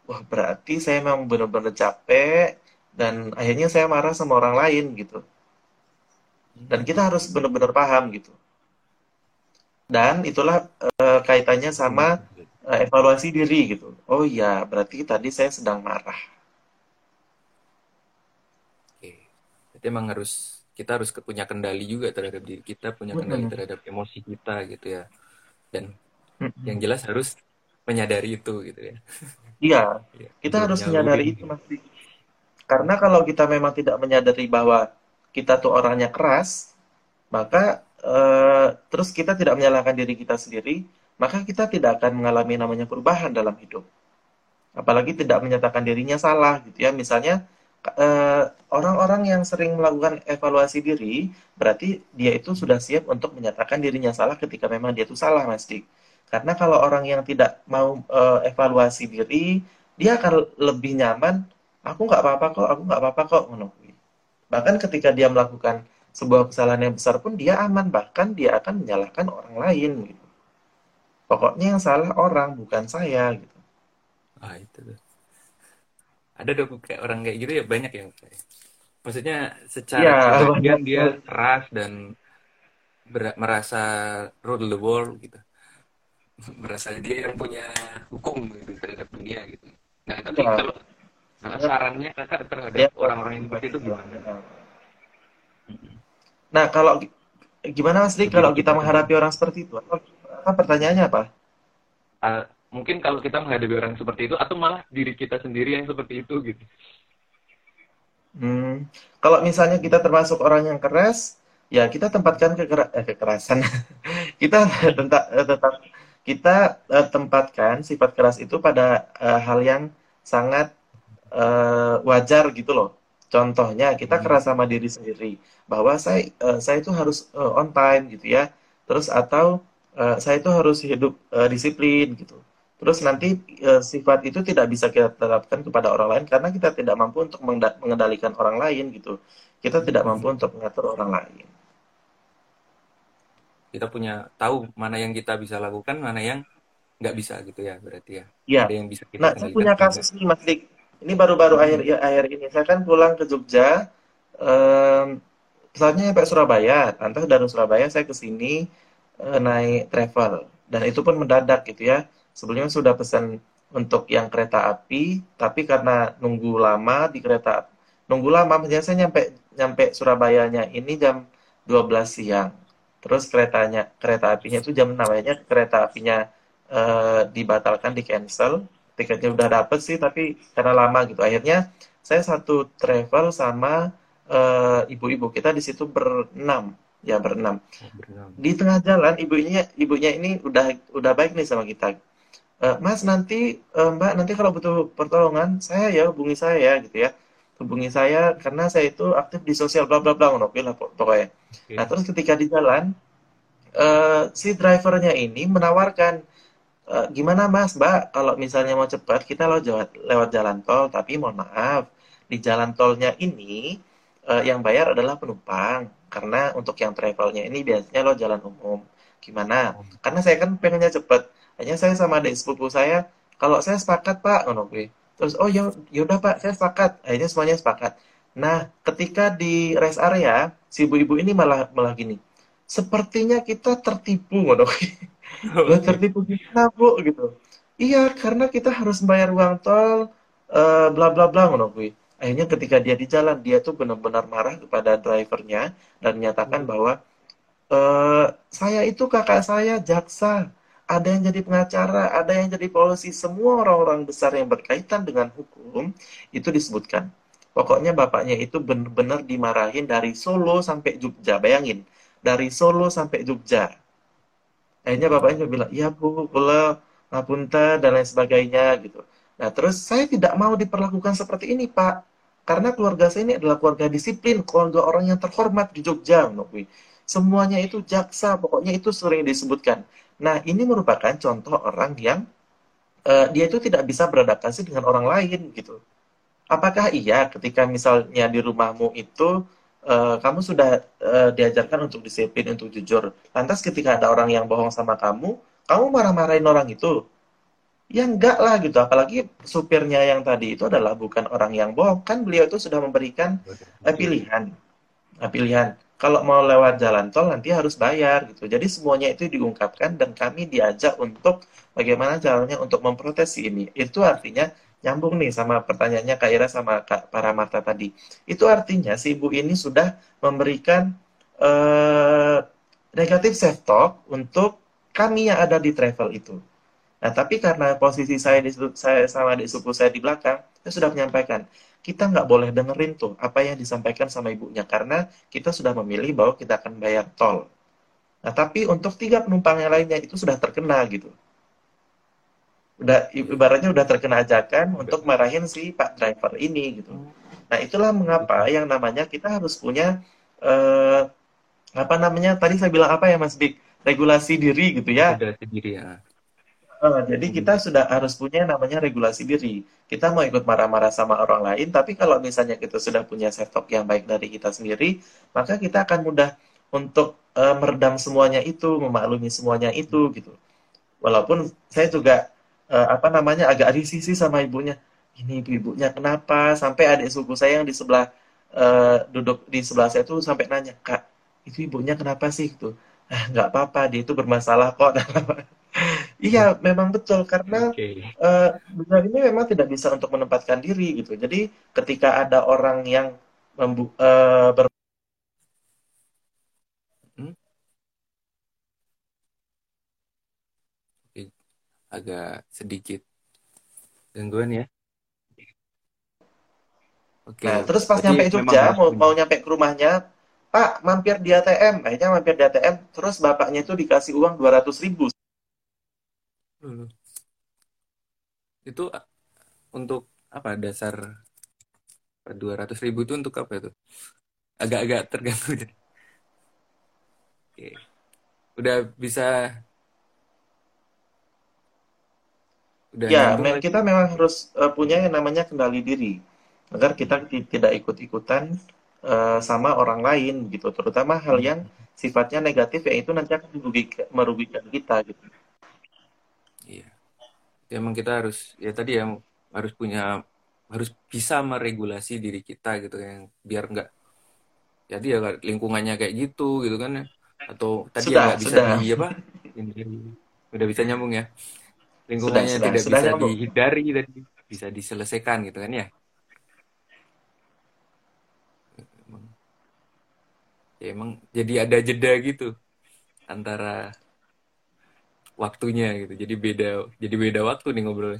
B: wah berarti saya memang benar-benar capek dan akhirnya saya marah sama orang lain gitu. Dan kita harus benar-benar paham gitu. Dan itulah eh, kaitannya sama eh, evaluasi diri gitu. Oh iya, berarti tadi saya sedang marah.
A: Oke. Jadi emang harus kita harus ke- punya kendali juga terhadap diri kita, punya kendali
B: Mm-mm.
A: terhadap emosi kita gitu ya. Dan yang
B: Mm-mm.
A: jelas harus menyadari itu gitu ya.
B: Iya,
A: Iya,
B: kita
A: belum
B: harus menyadari
A: nyalurin
B: itu
A: gitu.
B: Mas. Karena kalau kita memang tidak menyadari bahwa kita tuh orangnya keras, maka eh, terus kita tidak menyalahkan diri kita sendiri, maka kita tidak akan mengalami namanya perubahan dalam hidup. Apalagi tidak menyatakan dirinya salah gitu ya. Misalnya eh, orang-orang yang sering melakukan evaluasi diri, berarti dia itu sudah siap untuk menyatakan dirinya salah ketika memang dia itu salah, Mas Dik. Karena kalau orang yang tidak mau eh, evaluasi diri, dia akan lebih nyaman. Aku nggak apa-apa kok, aku nggak apa-apa kok, ngono kuwi. Bahkan ketika dia melakukan sebuah kesalahan yang besar pun dia aman, bahkan dia akan menyalahkan orang lain gitu. Pokoknya yang salah orang, bukan saya gitu.
A: Ah itu tuh. Ada dong kayak orang kayak gitu ya banyak yang kayak. Maksudnya secara
B: Iya,
A: kepribadian
B: banyak
A: dia
B: banget.
A: keras dan ber- merasa rule the world gitu. Merasa dia yang punya hukum gitu terhadap dunia gitu. Nah, tapi
B: Iya,
A: kalau nah, sarannya kakak terhadap
B: dia
A: orang-orang yang
B: berbuat
A: seperti itu
B: kuat.
A: gimana?
B: Nah, kalau gimana Mas Dik
A: Ke
B: kalau
A: diri
B: kita
A: kita
B: menghadapi
A: sendiri.
B: orang seperti itu? Apa, apa pertanyaannya apa?
A: Uh, mungkin kalau kita menghadapi orang seperti itu atau malah diri kita sendiri yang seperti itu gitu.
B: Hmm, kalau misalnya kita termasuk orang yang keras, ya kita tempatkan kekera- eh, kekerasan. Kita tetap tetap kita eh, tempatkan sifat keras itu pada eh, hal yang sangat eh, wajar gitu loh. Contohnya kita
A: Hmm.
B: keras sama diri sendiri bahwa saya eh, saya itu harus eh, on time gitu ya. Terus atau eh, saya itu harus hidup eh, disiplin gitu. Terus nanti eh, sifat itu tidak bisa kita terapkan kepada orang lain karena kita tidak mampu untuk mengda- mengendalikan orang lain gitu. Kita tidak mampu untuk mengatur orang lain.
A: Kita punya tahu mana yang kita bisa lakukan, mana yang nggak bisa gitu ya berarti ya.
B: Ya.
A: Ada yang bisa kita
B: Nah, saya
A: kendalikan,
B: punya
A: ada yang nggak.
B: kasus nih Mas Dik. Ini baru-baru akhir
A: Hmm.
B: ya, akhir ini. Saya kan pulang ke Jogja. em, Pesawatnya sampai Surabaya. Lantas dari Surabaya saya ke sini eh, naik travel. Dan itu pun mendadak gitu ya. Sebelumnya sudah pesan untuk yang kereta api, tapi karena nunggu lama di kereta nunggu lama, maksudnya saya nyampe nyampe Surabayanya ini jam dua belas siang. Terus keretanya kereta apinya itu jam enam, akhirnya kereta apinya eh, dibatalkan, di cancel. Tiketnya udah dapet sih, tapi karena lama gitu. Akhirnya saya satu travel sama eh, ibu-ibu, kita di situ berenam, ya berenam.
A: Oh, berenam.
B: Di tengah jalan ibunya ibunya ini udah udah baik nih sama kita. Eh, Mas nanti eh, Mbak nanti kalau butuh pertolongan saya ya hubungi saya ya gitu ya. Hubungi saya karena saya itu aktif di sosial bla bla bla ngono kuwi lah pokoknya. Nah,
A: Oke.
B: terus ketika di jalan eh, si drivernya ini menawarkan, "Eh, gimana Mas, Mbak, kalau misalnya mau cepat kita lewat, lewat jalan tol, tapi mohon maaf, di jalan tolnya ini eh, yang bayar adalah penumpang, karena untuk yang travelnya ini biasanya lo jalan umum. Gimana?
A: Oh,
B: Karena saya kan pengennya cepet. Hanya saya sama adik sepupu saya, kalau saya sepakat Pak, ngono kuwi. Terus oh ya yaudah Pak, saya sepakat. Akhirnya semuanya sepakat. Nah, ketika di rest area, si ibu-ibu ini malah malah gini. Sepertinya kita tertipu ngono kuwi. Lah
A: oke.
B: tertipu gimana, Bu? Gitu. Iya, karena kita harus bayar uang tol, eh, bla bla bla ngono kuwi. Akhirnya ketika dia di jalan, dia tuh benar-benar marah kepada drivernya dan menyatakan
A: Oh,
B: bahwa eh saya itu kakak saya jaksa, ada yang jadi pengacara, ada yang jadi polisi, semua orang-orang besar yang berkaitan dengan hukum itu disebutkan. Pokoknya bapaknya itu benar-benar dimarahin dari Solo sampai Jogja, bayangin, dari Solo sampai Jogja. Akhirnya bapaknya juga bilang, iya bu, kula ngapunten dan lain sebagainya gitu. Nah terus saya tidak mau diperlakukan seperti ini pak, karena keluarga saya ini adalah keluarga disiplin, keluarga orang yang terhormat di Jogja, ngono kuwi. Semuanya itu jaksa, pokoknya itu sering disebutkan. Nah ini merupakan contoh orang yang eh, dia itu tidak bisa beradaptasi dengan orang lain gitu. Apakah iya ketika misalnya di rumahmu itu eh, kamu sudah eh, diajarkan untuk disiplin, untuk jujur. Lantas ketika ada orang yang bohong sama kamu, kamu marah-marahin orang itu. Ya enggak lah gitu, apalagi supirnya yang tadi itu adalah bukan orang yang bohong, kan beliau itu sudah memberikan
A: Waduh,
B: eh,
A: oke.
B: pilihan. Nah, pilihan. Kalau mau lewat jalan tol nanti harus bayar gitu. Jadi semuanya itu diungkapkan dan kami diajak untuk bagaimana caranya untuk memprotes si ini. Itu artinya nyambung nih sama pertanyaannya Kak Ira sama Kak Paramarta tadi. Itu artinya si ibu ini sudah memberikan eh, negatif self talk untuk kami yang ada di travel itu. Nah, tapi karena posisi saya di saya sama adik sepupu saya di belakang, saya sudah menyampaikan, kita nggak boleh dengerin tuh apa yang disampaikan sama ibunya karena kita sudah memilih bahwa kita akan bayar tol. Nah, tapi untuk tiga penumpang yang lainnya itu sudah terkena gitu. Udah
A: Iya.
B: ibaratnya udah terkena ajakan
A: Udah.
B: untuk marahin si Pak driver ini gitu. Nah, itulah mengapa
A: Oke.
B: yang namanya kita harus punya eh, apa namanya? Tadi saya bilang apa ya Mas Dik? Regulasi diri gitu ya.
A: Udah sendiri ya.
B: Eh, jadi kita
A: Hmm.
B: sudah harus punya yang namanya regulasi diri. Kita mau ikut marah-marah sama orang lain, tapi kalau misalnya kita sudah punya self talk yang baik dari kita sendiri, maka kita akan mudah untuk eh, meredam semuanya itu, memaklumi semuanya itu gitu. Walaupun saya juga eh, apa namanya agak risih sih sama ibunya. Ini ibu-ibunya kenapa? Sampai adik suku saya yang di sebelah eh, duduk di sebelah saya tuh sampai nanya, Kak, itu ibunya kenapa sih? Gitu. Ah, nggak apa-apa, dia itu bermasalah kok. Iya, memang betul karena
A: Oke.
B: eh, beliau ini memang tidak bisa untuk menempatkan diri gitu. Jadi ketika ada orang yang membu eh, ber-
A: Hmm? Oke. Agak sedikit gangguan ya. Oke,
B: nah terus pas
A: berarti
B: nyampe
A: memang
B: Jogja
A: harus
B: mau,
A: punya.
B: mau nyampe ke rumahnya, Pak mampir di A T M, akhirnya mampir di A T M, terus bapaknya itu dikasih uang dua ratus ribu.
A: Dulu. Itu a- untuk apa dasar dua ratus ribu itu untuk apa itu? Agak-agak terganggu. Oke. Udah bisa, udah
B: Ya,
A: nyambung
B: me-
A: lagi.
B: kita memang harus eh, punya yang namanya kendali diri agar kita ti- tidak ikut-ikutan eh, sama orang lain gitu, terutama hal yang
A: Hmm.
B: sifatnya negatif yang itu nanti akan merugikan, merugikan kita gitu.
A: Iya. Ya, emang kita harus ya tadi ya harus punya harus bisa meregulasi diri kita gitu kan biar nggak jadi ya lingkungannya kayak gitu gitu kan ya. Atau tadi yang
B: Sudah,
A: nggak bisa di
B: sudah.
A: apa? Ini udah bisa nyambung ya.
B: Sudah,
A: Lingkungannya
B: sudah,
A: tidak
B: sudah
A: bisa
B: nyambung.
A: dihindari tadi bisa diselesaikan gitu kan ya. Emang, ya emang jadi ada jeda gitu antara waktunya gitu. Jadi beda jadi beda waktu nih ngobrolnya.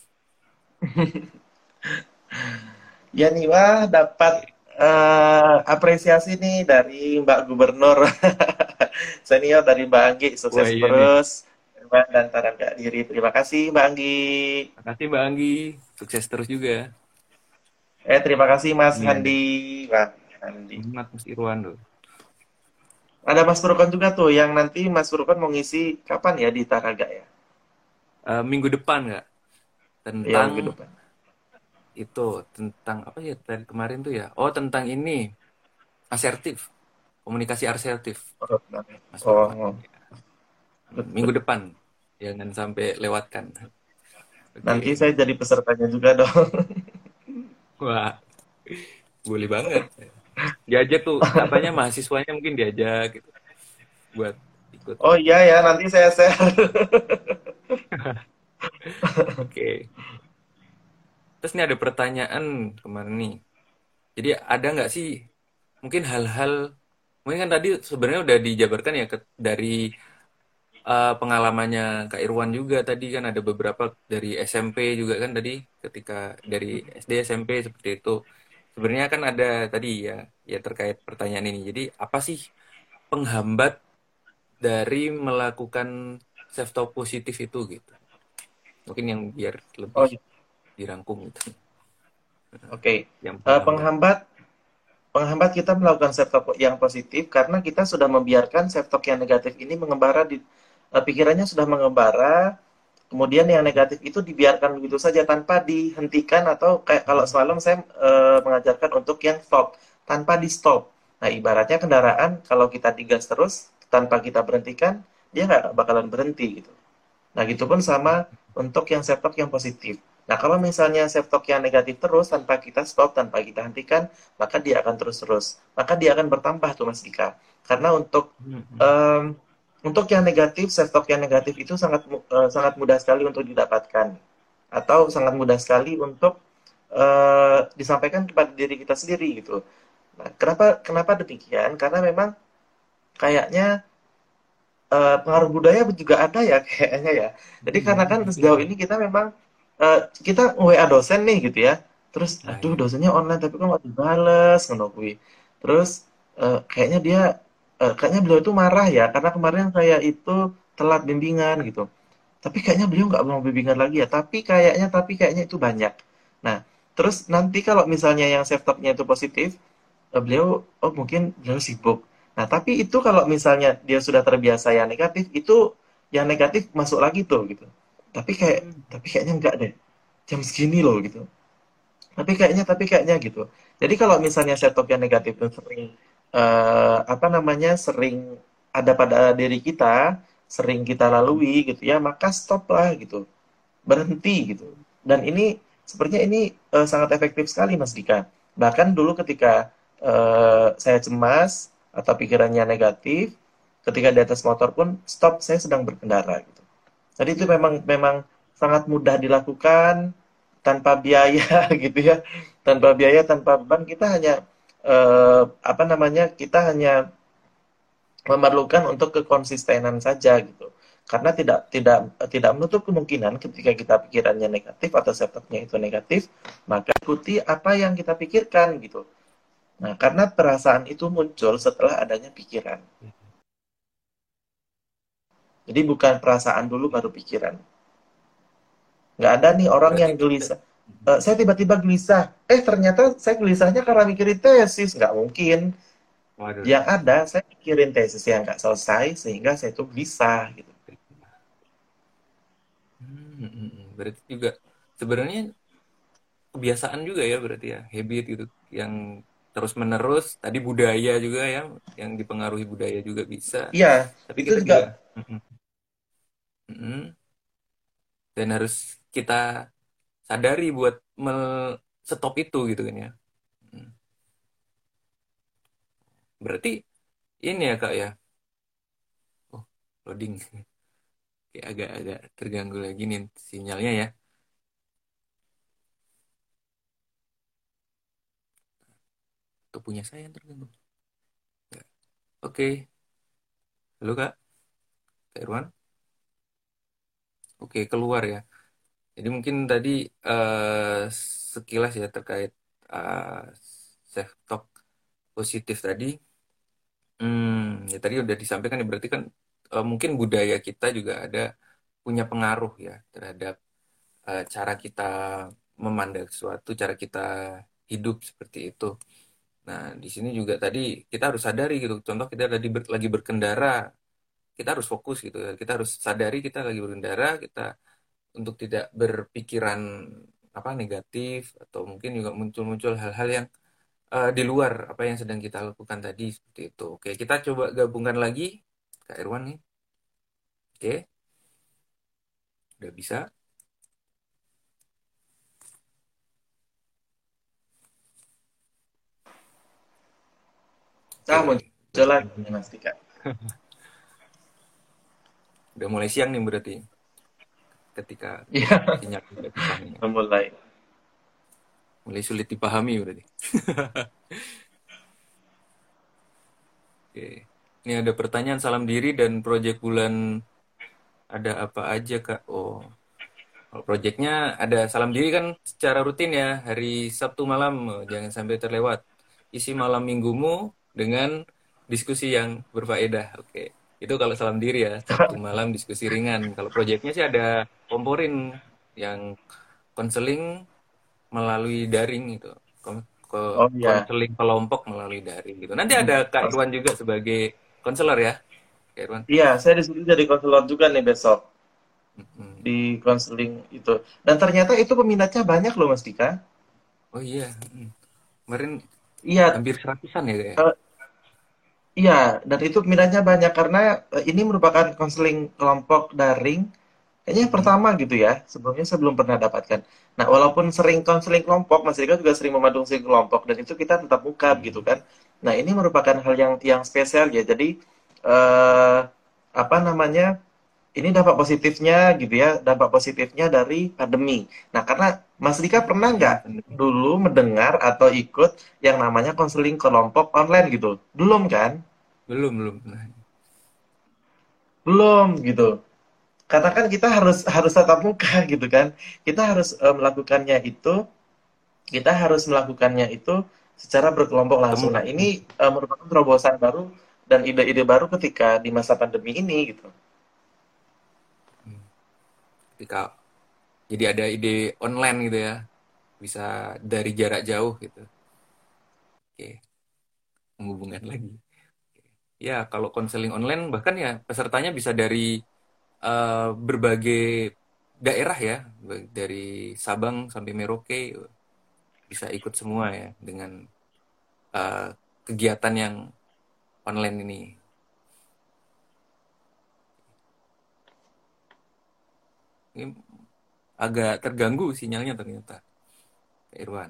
B: Ya nih, wah dapat
A: Oke.
B: eh, apresiasi nih dari Mbak Gubernur senior dari Mbak Anggi,
A: Wah
B: sukses
A: iya nih.
B: terus dan taraf gak diri. Terima kasih Mbak Anggi.
A: Makasih Mbak Anggi. Sukses terus juga.
B: Eh terima kasih Mas
A: Ini ada
B: Handi. Wah, Handi.
A: semangat Mas Irwan loh.
B: Ada Mas Furkon juga tuh yang nanti Mas Furkon mau ngisi kapan ya di Taraga ya?
A: Eh, minggu depan nggak
B: Iya
A: tentang
B: minggu depan.
A: itu tentang apa ya tadi kemarin tuh ya oh tentang ini asertif komunikasi asertif
B: Oh,
A: Mas Furkon
B: oh,
A: minggu
B: betul.
A: depan jangan sampai lewatkan.
B: Nanti
A: Oke.
B: saya jadi pesertanya juga dong.
A: Wah boleh banget diajak tuh apanya mahasiswanya mungkin diajak gitu buat ikut.
B: Oh iya ya, nanti saya share.
A: Oke terus nih ada pertanyaan kemarin nih jadi ada nggak sih mungkin hal-hal mungkin kan tadi sebenarnya udah dijabarkan ya ke- dari eh, pengalamannya Kak Irwan juga tadi kan ada beberapa dari S M P juga kan tadi ketika dari S D S M P seperti itu. Sebenarnya kan ada tadi ya ya terkait pertanyaan ini. Jadi apa sih penghambat dari melakukan self talk positif itu gitu. Mungkin yang biar
B: Oh
A: lebih
B: iya.
A: dirangkum gitu.
B: Oke.
A: Yang
B: Eh,
A: penghambat.
B: penghambat penghambat kita melakukan self talk yang positif karena kita sudah membiarkan self talk yang negatif ini mengembara di eh, pikirannya sudah mengembara, kemudian yang negatif itu dibiarkan begitu saja tanpa dihentikan atau kayak kalau semalam saya eh, mengajarkan untuk yang stop tanpa di stop. Nah, ibaratnya kendaraan kalau kita digas terus tanpa kita berhentikan, dia nggak bakalan berhenti gitu. Nah, gitu pun sama untuk yang self talk yang positif. Nah, kalau misalnya self talk yang negatif terus tanpa kita stop, tanpa kita hentikan, maka dia akan terus-terus. Maka dia akan bertambah tuh Mas Dika. Karena untuk
A: Hmm.
B: em, untuk yang negatif, self talk yang negatif itu sangat mu- eh, sangat mudah sekali untuk didapatkan atau sangat mudah sekali untuk eh, disampaikan kepada diri kita sendiri gitu. Nah, kenapa kenapa demikian? Karena memang kayaknya eh, pengaruh budaya juga ada ya kayaknya ya. Jadi karena kan sejauh ini kita memang eh, kita W A dosen nih gitu ya. Terus
A: Nah,
B: aduh
A: ya.
B: dosennya online tapi kok nggak dibales ngono kuwi. Terus eh, kayaknya dia eh, kayaknya beliau itu marah ya karena kemarin saya itu telat bimbingan gitu. Tapi kayaknya beliau nggak mau bimbingan lagi ya. Tapi kayaknya tapi kayaknya itu banyak. Nah, terus nanti kalau misalnya yang self talk-nya itu positif, eh, beliau oh mungkin beliau sibuk. Nah, tapi itu kalau misalnya dia sudah terbiasa yang negatif, itu yang negatif masuk lagi tuh gitu. Tapi kayak
A: Hmm.
B: tapi kayaknya enggak deh. Jam segini loh gitu. Tapi kayaknya tapi kayaknya gitu. Jadi kalau misalnya setup yang negatif itu sering eh, apa namanya sering ada pada diri kita, sering kita lalui gitu ya, maka stop lah gitu. Berhenti gitu. Dan ini sepertinya ini eh, sangat efektif sekali Mas Dika. Bahkan dulu ketika eh, saya cemas atau pikirannya negatif, ketika di atas motor pun stop, saya sedang berkendara gitu. Jadi itu memang memang sangat mudah dilakukan tanpa biaya gitu ya. Tanpa biaya, tanpa beban kita hanya eh, apa namanya? Kita hanya memerlukan untuk kekonsistenan saja gitu. Karena tidak tidak tidak menutup kemungkinan ketika kita pikirannya negatif atau setupnya itu negatif, maka ikuti apa yang kita pikirkan gitu. Nah, karena perasaan itu muncul setelah adanya pikiran. Jadi bukan perasaan dulu baru pikiran. Nggak ada nih orang
A: Berarti
B: yang gelisah. Eh, saya tiba-tiba gelisah. Eh ternyata saya gelisahnya karena mikirin tesis. Nggak mungkin.
A: waduh.
B: Yang ada saya mikirin tesis yang nggak selesai sehingga saya itu gelisah gitu.
A: Hmm, hmm, hmm. Berarti juga sebenarnya kebiasaan juga ya berarti ya, habit gitu yang terus menerus. Tadi budaya juga ya, yang dipengaruhi budaya juga bisa.
B: Iya,
A: Tapi
B: itu
A: kita
B: juga.
A: juga mm, mm, mm, dan harus kita sadari buat mel- stop itu gitu kan ya. Mm. Berarti ini ya Kak ya. Oh, loading. Kayak agak-agak terganggu lagi nih sinyalnya ya. Atau punya saya yang terganggu. Nggak. Oke, halo Kak, Kak Irwan. Oke, keluar ya. Jadi mungkin tadi eh, sekilas ya terkait eh, self talk positif tadi. Hmm, ya tadi udah disampaikan ya berarti kan eh, mungkin budaya kita juga ada punya pengaruh ya terhadap eh, cara kita memandang sesuatu, cara kita hidup seperti itu. Nah, di sini juga tadi kita harus sadari gitu. Contoh kita lagi ber- lagi berkendara, kita harus fokus gitu ya. Kita harus sadari kita lagi berkendara, kita untuk tidak berpikiran apa negatif atau mungkin juga muncul-muncul hal-hal yang eh, di luar apa yang sedang kita lakukan tadi seperti itu. Oke, kita coba gabungkan lagi Kak Irwan nih. Oke, udah bisa.
B: Nah,
A: Oke,
B: muncul
A: berarti
B: lagi nih Mas Dika.
A: udah mulai siang nih berarti ketika
B: Iya,
A: sinyal tidak susah nih.
B: memulai.
A: Mulai sulit dipahami berarti. Oke. Ini ada pertanyaan salam diri dan proyek bulan ada apa aja Kak? Oh, kalau proyeknya ada salam diri kan secara rutin ya hari Sabtu malam. Oh, jangan sampai terlewat. Isi malam minggumu dengan diskusi yang berfaedah. Oke. Itu kalau salam diri ya, Sabtu malam diskusi ringan. Kalau proyeknya sih ada komporin yang konseling melalui daring gitu. Kon- ko-
B: Oh iya.
A: Konseling kelompok melalui daring gitu. Nanti ada Kak Irwan juga sebagai konselor ya, Kak Irwan.
B: Iya, saya disuruh jadi konselor juga nih besok
A: Mm-mm.
B: di konseling itu. Dan ternyata itu peminatnya banyak loh Mas Dika.
A: Oh iya, mm. Kemarin
B: Iya,
A: hampir seratusan ya kayak.
B: eh, iya, dan itu peminatnya banyak karena eh, ini merupakan konseling kelompok daring Kayaknya yang
A: Mm-mm.
B: pertama gitu ya, sebelumnya saya belum pernah dapatkan. Nah, walaupun sering konseling kelompok, Mas Rika juga sering memandu konseling kelompok, dan itu kita tetap muka gitu
A: Mm-mm.
B: kan. Nah, ini merupakan hal yang yang spesial ya. Jadi, eh, apa namanya, ini dampak positifnya gitu ya, dampak positifnya dari pandemi. Nah, karena Mas Rika pernah nggak
A: Mm-mm. Pandemi.
B: dulu mendengar atau ikut yang namanya konseling kelompok online gitu? Belum kan?
A: Belum, belum. Nah,
B: Belum gitu. Karena kan kita harus harus tatap muka gitu kan. Kita harus eh, melakukannya itu, kita harus melakukannya itu secara berkelompok
A: ketemu
B: langsung. Nah, ini
A: langsung.
B: eh, merupakan terobosan baru dan ide-ide baru ketika di masa pandemi ini gitu.
A: Hmm. Ketika jadi ada ide online gitu ya, bisa dari jarak jauh gitu. Oke, menghubungkan lagi. Ya, kalau konseling online bahkan ya pesertanya bisa dari eh, berbagai daerah ya, Ba- dari Sabang sampai Merauke bisa ikut semua ya dengan eh, kegiatan yang online ini. Ini agak terganggu sinyalnya ternyata, Pak Irwan.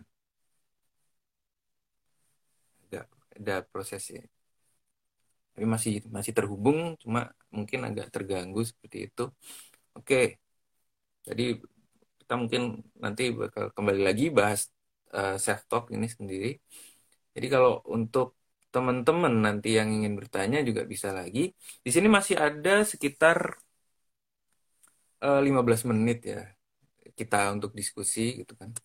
A: Agak ada prosesnya. Tapi masih masih terhubung, cuma mungkin agak terganggu seperti itu. Oke, jadi kita mungkin nanti bakal kembali lagi bahas self talk ini sendiri. Jadi kalau untuk teman-teman nanti yang ingin bertanya juga bisa lagi. Di sini masih ada sekitar eh, lima belas menit ya kita untuk diskusi gitu kan.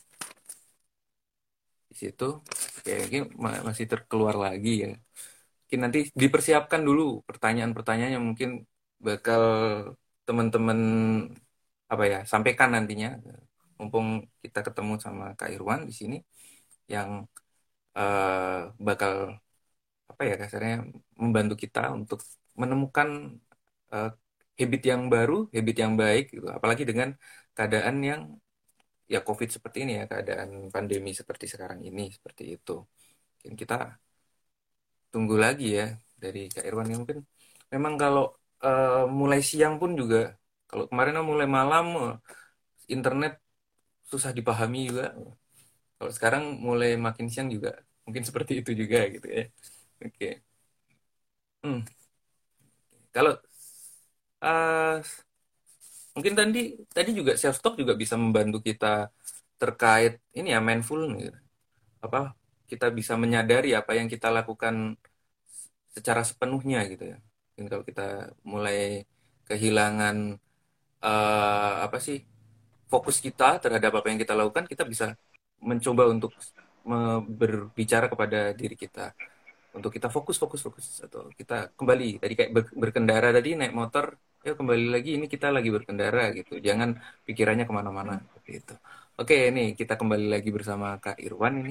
A: Di situ kayaknya ma- masih terkeluar lagi ya. Mungkin nanti dipersiapkan dulu pertanyaan-pertanyaan yang mungkin bakal teman-teman apa ya sampaikan nantinya. Mumpung kita ketemu sama Kak Irwan di sini yang eh, bakal apa ya kasarnya membantu kita untuk menemukan eh, habit yang baru, habit yang baik gitu. Apalagi dengan keadaan yang ya COVID seperti ini ya, keadaan pandemi seperti sekarang ini seperti itu. Mungkin kita tunggu lagi ya dari Kak Irwan yang mungkin memang kalau eh, mulai siang pun juga kalau kemarin mulai malam eh, internet susah dipahami juga. Kalau sekarang mulai makin siang juga mungkin seperti itu juga gitu ya. Oke. Hmm. Kalau eh, mungkin tadi tadi juga self talk juga bisa membantu kita terkait ini ya mindful gitu. Apa kita bisa menyadari apa yang kita lakukan secara sepenuhnya gitu ya. Dan kalau kita mulai kehilangan eh, apa sih fokus kita terhadap apa yang kita lakukan, kita bisa mencoba untuk me- berbicara kepada diri kita untuk kita fokus fokus fokus atau kita kembali tadi kayak ber- berkendara tadi naik motor ya kembali lagi ini kita lagi berkendara gitu jangan pikirannya kemana-mana seperti itu. Oke, ini kita kembali lagi bersama Kak Irwan ini.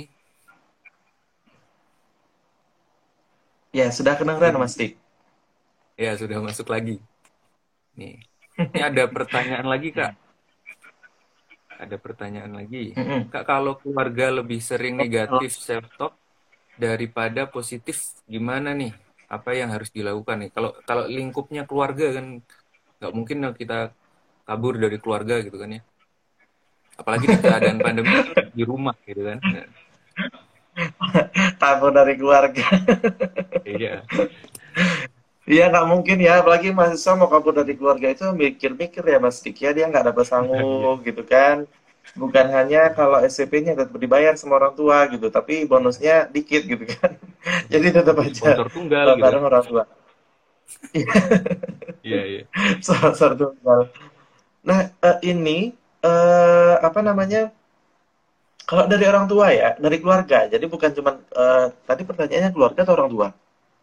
B: Ya, sudah kedengeran
A: Jadi
B: Mas Dik.
A: ya sudah masuk lagi nih. Ini ada pertanyaan lagi Kak, ada pertanyaan lagi.
B: Mm-mm.
A: Kak, kalau keluarga lebih sering negatif self talk daripada positif gimana nih, apa yang harus dilakukan nih kalau kalau lingkupnya keluarga kan nggak mungkin dong kita kabur dari keluarga gitu kan ya, apalagi di keadaan pandemi ini di rumah gitu kan. Nah,
B: Takut dari keluarga.
A: iya.
B: Iya nggak mungkin ya, apalagi mahasiswa mau kabur dari keluarga itu mikir-mikir ya Mas Dik ya, dia nggak dapat
A: Iya.
B: sanggup gitu kan. Bukan hanya kalau S P P-nya tetap dibayar sama orang tua gitu, tapi bonusnya dikit gitu kan. Jadi tetap
A: Jadi
B: aja
A: sponsor tunggal
B: eh,
A: gitu.
B: bareng orang tua.
A: Iya, iya.
B: Sponsor tunggal. Nah, eh, ini eh, apa namanya? Kalau dari orang tua ya, dari keluarga. Jadi bukan cuman eh, tadi pertanyaannya keluarga atau orang tua?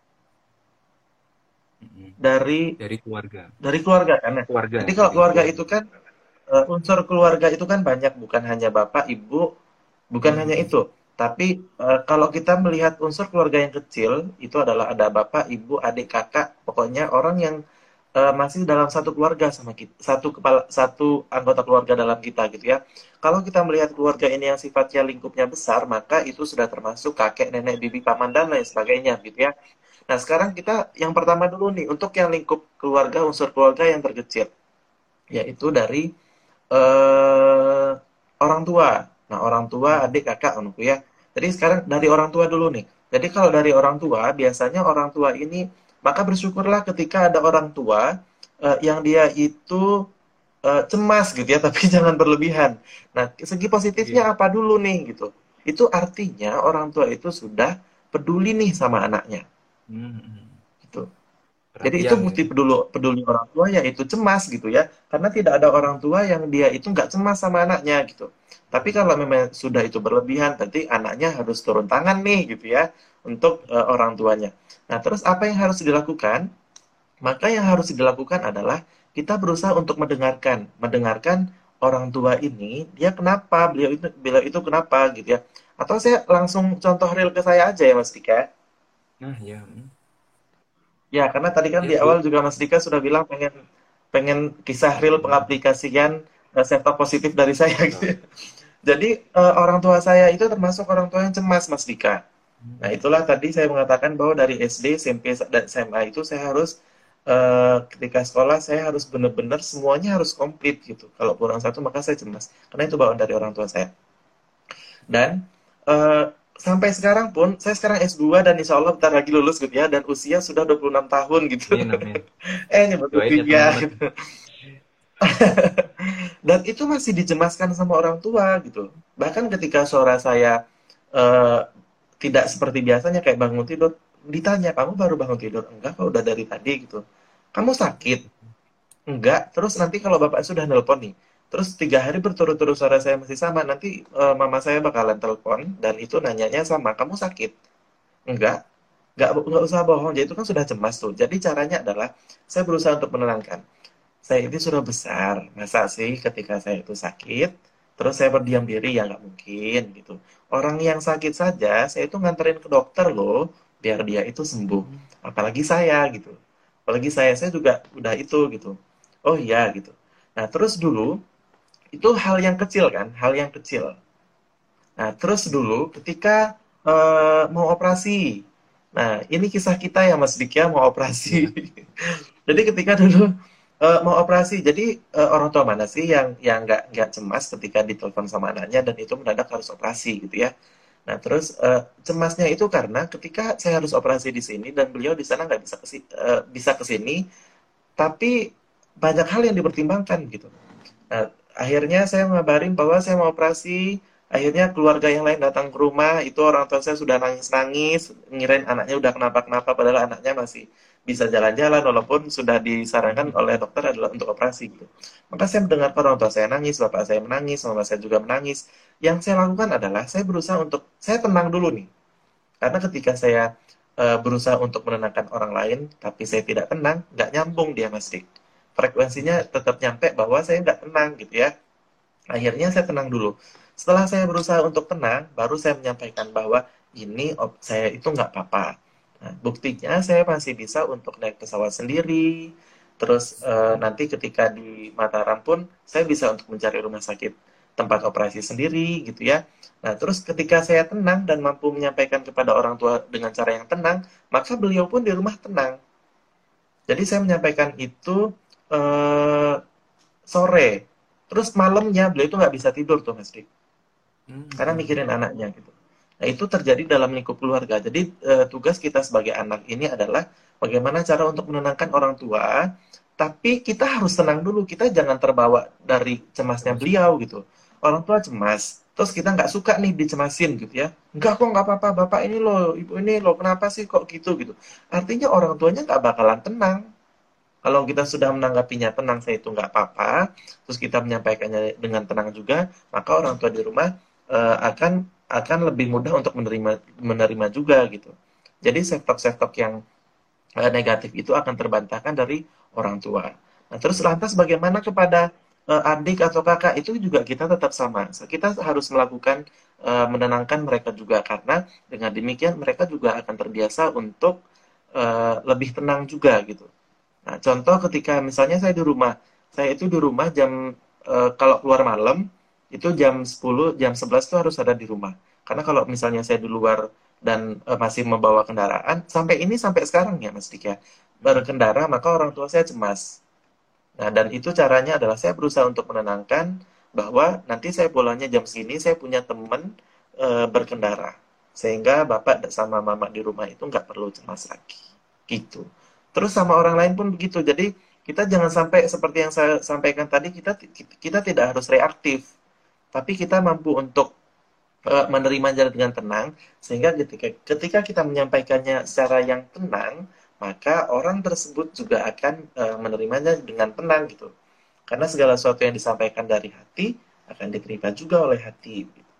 A: Mm-mm.
B: Dari
A: Dari keluarga,
B: dari keluarga kan. Nah,
A: keluarga
B: jadi kalau
A: dari
B: keluarga
A: keluarga.
B: itu kan eh, unsur keluarga itu kan banyak, bukan hanya bapak, ibu, bukan hanya
A: Mm-mm.
B: itu. Tapi eh, kalau kita melihat unsur keluarga yang kecil, itu adalah ada bapak, ibu, adik, kakak, pokoknya orang yang eh, masih dalam satu keluarga sama kita, satu kepala, satu anggota keluarga dalam kita gitu ya. Kalau kita melihat keluarga ini yang sifatnya lingkupnya besar, maka itu sudah termasuk kakek, nenek, bibi, paman dan lain sebagainya gitu ya. Nah, sekarang kita yang pertama dulu nih, untuk yang lingkup keluarga, unsur keluarga yang terkecil. yaitu dari eh, orang tua. Nah, orang tua, adik, kakak, anuku ya. Jadi sekarang dari orang tua dulu nih. Jadi kalau dari orang tua, biasanya orang tua ini, maka bersyukurlah ketika ada orang tua eh, yang dia itu eh, cemas gitu ya, tapi jangan berlebihan. Nah, segi
A: Iya.
B: positifnya apa dulu nih gitu. Itu artinya orang tua itu sudah peduli nih sama anaknya
A: Hmm, hmm.
B: gitu. Jadi itu
A: Perhatian ya.
B: bukti peduli, peduli orang tua yaitu cemas gitu ya. Karena tidak ada orang tua yang dia itu nggak cemas sama anaknya gitu. Tapi kalau memang sudah itu berlebihan, berarti anaknya harus turun tangan nih gitu ya untuk eh, orang tuanya. Nah, terus apa yang harus dilakukan? Maka yang harus dilakukan adalah kita berusaha untuk mendengarkan, mendengarkan orang tua ini, dia kenapa, beliau itu, beliau itu kenapa gitu ya. Atau saya langsung contoh real ke saya aja ya Mas Dika.
A: Nah, ya. Hmm.
B: Ya, karena tadi kan
A: Ya,
B: di awal
A: Bu.
B: juga Mas Dika sudah bilang pengen pengen kisah real
A: Hmm.
B: pengaplikasian uh, self positif dari saya gitu
A: Betul.
B: ya. Jadi eh, orang tua saya itu termasuk orang tua yang cemas Mas Dika. Nah,
A: Hmm.
B: itulah tadi saya mengatakan bahwa dari S D, S M P, dan S M A itu saya harus eh, ketika sekolah saya harus benar-benar semuanya harus komplit gitu. Kalau kurang satu maka saya cemas. Karena itu bawaan dari orang tua saya. Dan eh, sampai sekarang pun saya sekarang S dua dan insya Allah bentar lagi lulus gitu ya dan usia sudah dua puluh enam tahun gitu.
A: Amin, amin.
B: eh nyebut
A: Doain ya
B: usia
A: semangat.
B: gitu. Dan itu masih dicemaskan sama orang tua gitu. Bahkan ketika suara saya eh, tidak seperti biasanya kayak bangun tidur, ditanya, kamu baru bangun tidur? Enggak, kok udah dari tadi gitu. Kamu sakit? Enggak. Terus nanti kalau bapak sudah nelpon nih, terus tiga hari berturut-turut suara saya masih sama, nanti eh, mama saya bakalan telepon dan itu nanyanya sama, kamu sakit? Enggak. Enggak, enggak usah bohong, jadi itu kan sudah cemas tuh. Jadi caranya adalah saya berusaha untuk menenangkan. Saya ini sudah besar, masa sih ketika saya itu sakit, terus saya berdiam diri, ya nggak mungkin gitu. Orang yang sakit saja, saya itu nganterin ke dokter loh, biar dia itu sembuh.
A: Hmm.
B: Apalagi saya gitu. Apalagi saya, saya juga udah itu gitu. Oh iya gitu. Nah terus dulu, itu hal yang kecil kan, hal yang kecil. Nah, terus dulu ketika eh, mau operasi. Nah, ini kisah kita ya Mas Dik ya mau operasi.
A: Ya.
B: Jadi ketika dulu eh, mau operasi, jadi eh, orang tua mana sih yang yang nggak nggak cemas ketika ditelepon sama anaknya dan itu mendadak harus operasi gitu ya. Nah, terus eh, cemasnya itu karena ketika saya harus operasi di sini dan beliau di sana nggak bisa ke bisa ke sini, tapi banyak hal yang dipertimbangkan gitu. Nah, akhirnya saya ngabarin bahwa saya mau operasi. Akhirnya keluarga yang lain datang ke rumah. Itu orang tua saya sudah nangis-nangis. Ngirain anaknya udah kenapa-kenapa. Padahal anaknya masih bisa jalan-jalan. Walaupun sudah disarankan
A: Hmm.
B: oleh dokter adalah untuk operasi. Gitu. Maka saya mendengar orang tua saya nangis. Bapak saya menangis. Mama saya juga menangis. Yang saya lakukan adalah saya berusaha untuk... Saya tenang dulu nih. Karena ketika saya eh, berusaha untuk menenangkan orang lain. Tapi saya tidak tenang. Nggak nyambung dia Mas Dik. Frekuensinya tetap nyampe bahwa saya nggak tenang gitu ya. Akhirnya saya tenang dulu. Setelah saya berusaha untuk tenang, baru saya menyampaikan bahwa ini saya itu nggak apa-apa. Nah, buktinya saya masih bisa untuk naik pesawat sendiri. Terus eh, nanti ketika di Mataram pun saya bisa untuk mencari rumah sakit tempat operasi sendiri gitu ya. Nah, terus ketika saya tenang dan mampu menyampaikan kepada orang tua dengan cara yang tenang, maka beliau pun di rumah tenang. Jadi saya menyampaikan itu eh, sore. Terus malamnya beliau itu nggak bisa tidur tuh Mas Dik. Karena
A: Hmm.
B: mikirin anaknya gitu. Nah itu terjadi dalam lingkup keluarga. Jadi eh, tugas kita sebagai anak ini adalah bagaimana cara untuk menenangkan orang tua. Tapi kita harus tenang dulu. Kita jangan terbawa dari cemasnya
A: Termasuk.
B: beliau gitu. Orang tua cemas. Terus kita nggak suka nih dicemasin gitu ya. Enggak kok nggak apa-apa. Bapak ini loh, ibu ini loh. Kenapa sih kok gitu gitu. Artinya orang tuanya nggak bakalan tenang. Kalau kita sudah menanggapinya tenang, saya itu nggak apa-apa, terus kita menyampaikannya dengan tenang juga, maka orang tua di rumah eh, akan akan lebih mudah untuk menerima menerima juga gitu. Jadi self-talk yang eh, negatif itu akan terbantahkan dari orang tua. Nah, terus lantas bagaimana kepada eh, adik atau kakak itu juga kita tetap sama. Kita harus melakukan eh, menenangkan mereka juga karena dengan demikian mereka juga akan terbiasa untuk eh, lebih tenang juga gitu. Nah, contoh ketika misalnya saya di rumah, saya itu di rumah jam eh, kalau keluar malam itu jam sepuluh, jam sebelas itu harus ada di rumah. Karena kalau misalnya saya di luar dan eh, masih membawa kendaraan, sampai ini sampai sekarang ya Mas Dik ya,
A: Hmm.
B: berkendara maka orang tua saya cemas. Nah, dan itu caranya adalah saya berusaha untuk menenangkan bahwa nanti saya pulangnya jam segini, saya punya teman eh, berkendara. Sehingga bapak sama mama di rumah itu nggak perlu cemas lagi. Gitu. Terus sama orang lain pun begitu. Jadi kita jangan sampai seperti yang saya sampaikan tadi, kita kita tidak harus reaktif. Tapi kita mampu untuk eh, menerimanya dengan tenang, sehingga ketika, ketika kita menyampaikannya secara yang tenang, maka orang tersebut juga akan eh, menerimanya dengan tenang gitu. Karena segala sesuatu yang disampaikan dari hati akan diterima juga oleh hati.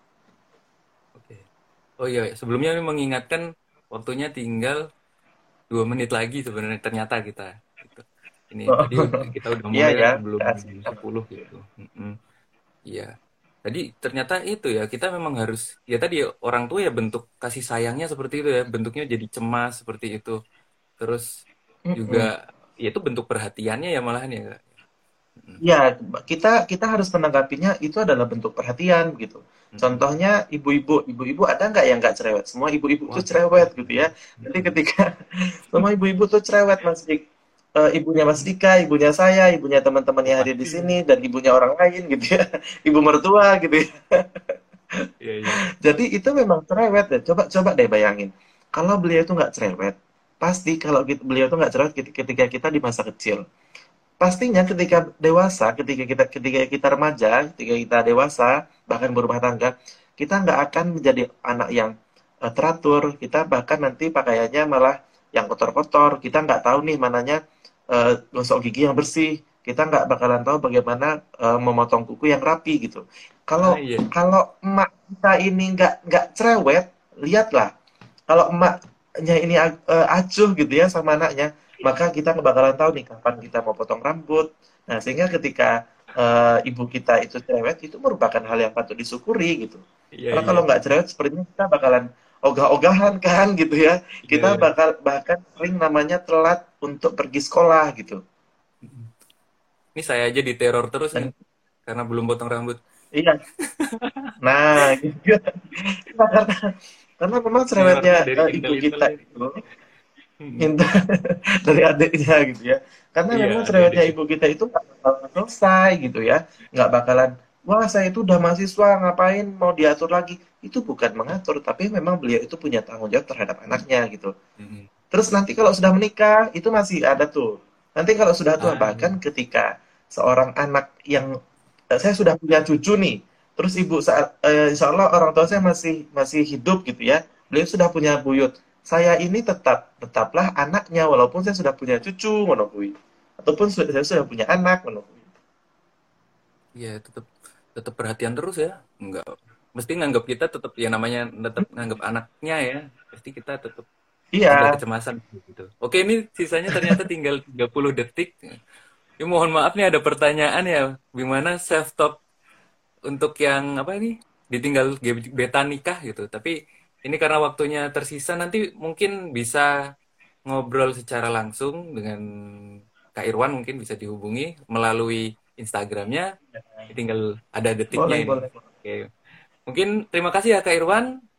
A: Oke. Oh iya, sebelumnya ini mengingatkan waktunya tinggal dua menit lagi sebenarnya ternyata kita. Gitu. Ini tadi ud- kita udah
B: Iya
A: mulai
B: ya,
A: kan sebelum
B: kasih.
A: sepuluh gitu. Mm-mm. Iya. Tadi ternyata itu ya, kita memang harus, ya tadi ya, orang tua ya bentuk kasih sayangnya seperti itu ya, bentuknya jadi cemas seperti itu. Terus juga,
B: Mm-mm.
A: ya itu bentuk perhatiannya ya malahan ya, Kak. Mm-mm.
B: Ya, kita kita harus menanggapinya itu adalah bentuk perhatian gitu.
A: Mm-mm.
B: Contohnya ibu-ibu, ibu-ibu ada nggak yang nggak cerewet? Semua ibu-ibu tuh
A: Wah,
B: cerewet
A: banyak.
B: gitu ya. Jadi
A: Mm-mm.
B: ketika semua ibu-ibu tuh cerewet, Mas Dik. Eh, ibunya Mas Dika, ibunya saya, ibunya teman-teman
A: Oh,
B: yang hadir di
A: pasti.
B: sini, dan ibunya orang lain gitu ya. Ibu mertua gitu ya.
A: Iya, iya.
B: Jadi itu memang cerewet ya. Coba coba deh bayangin. Kalau beliau itu nggak cerewet, pasti kalau gitu- beliau itu nggak cerewet ketika kita di masa kecil. Pastinya ketika dewasa, ketika kita ketika kita remaja, ketika kita dewasa, bahkan berumah tangga, kita nggak akan menjadi anak yang eh, teratur. Kita bahkan nanti pakaiannya malah yang kotor-kotor. Kita nggak tahu nih mananya eh, gosok gigi yang bersih. Kita nggak bakalan tahu bagaimana eh, memotong kuku yang rapi gitu. Kalau
A: Ah, iya.
B: kalau emak kita ini nggak nggak cerewet, lihatlah. Kalau emaknya ini eh, acuh gitu ya sama anaknya, maka kita nggak bakalan tahu nih kapan kita mau potong rambut. Nah, sehingga ketika eh, ibu kita itu cerewet, itu merupakan hal yang patut disyukuri gitu.
A: Iya,
B: Karena
A: iya.
B: kalau nggak cerewet, sepertinya kita bakalan ogah-ogahan kan gitu ya.
A: Iya,
B: Kita
A: iya.
B: bakal bahkan sering namanya telat untuk pergi sekolah gitu.
A: Mm-mm. Ini saya aja diteror terus nih,
B: Dan
A: karena belum potong rambut.
B: iya, nah gitu. Nah, karena karena memang cerewetnya
A: Nerornya dari
B: eh, ibu
A: intel-intel
B: kita
A: ini.
B: itu
A: Mm-mm.
B: minta dari adiknya gitu ya. Karena
A: Iya,
B: memang
A: adik-adik.
B: cerewetnya ibu kita itu nggak bakalan selesai gitu ya. Nggak bakalan, wah saya itu udah mahasiswa, ngapain mau diatur lagi. Itu bukan mengatur, tapi memang beliau itu punya tanggung jawab terhadap anaknya gitu.
A: Mm-mm.
B: Terus nanti kalau sudah menikah, itu masih ada tuh. Nanti kalau sudah tua,
A: Ah,
B: bahkan
A: iya.
B: ketika seorang anak yang, eh, saya sudah punya cucu nih, terus ibu saat, eh, insya Allah orang tua saya masih masih hidup gitu ya, beliau sudah punya buyut. Saya ini tetap tetaplah anaknya, walaupun saya sudah punya cucu, ngono kuwi. Ataupun sudah, saya sudah punya anak, ngono kuwi.
A: Iya, tetap tetap perhatian terus ya. Enggak mesti nganggap kita tetap ya namanya tetap nganggap anaknya ya. Pasti kita tetap ada
B: Iya,
A: kecemasan gitu. Oke, ini sisanya ternyata tinggal tiga puluh detik. Ini mohon maaf nih ada pertanyaan ya. Gimana self talk untuk yang apa ini? Ditinggal gebetan nikah gitu. Tapi ini karena waktunya tersisa nanti mungkin bisa ngobrol secara langsung dengan Kak Irwan mungkin bisa dihubungi melalui Instagramnya. Ini tinggal ada detiknya
B: boleh,
A: ini.
B: boleh.
A: Oke. Mungkin terima kasih ya Kak Irwan.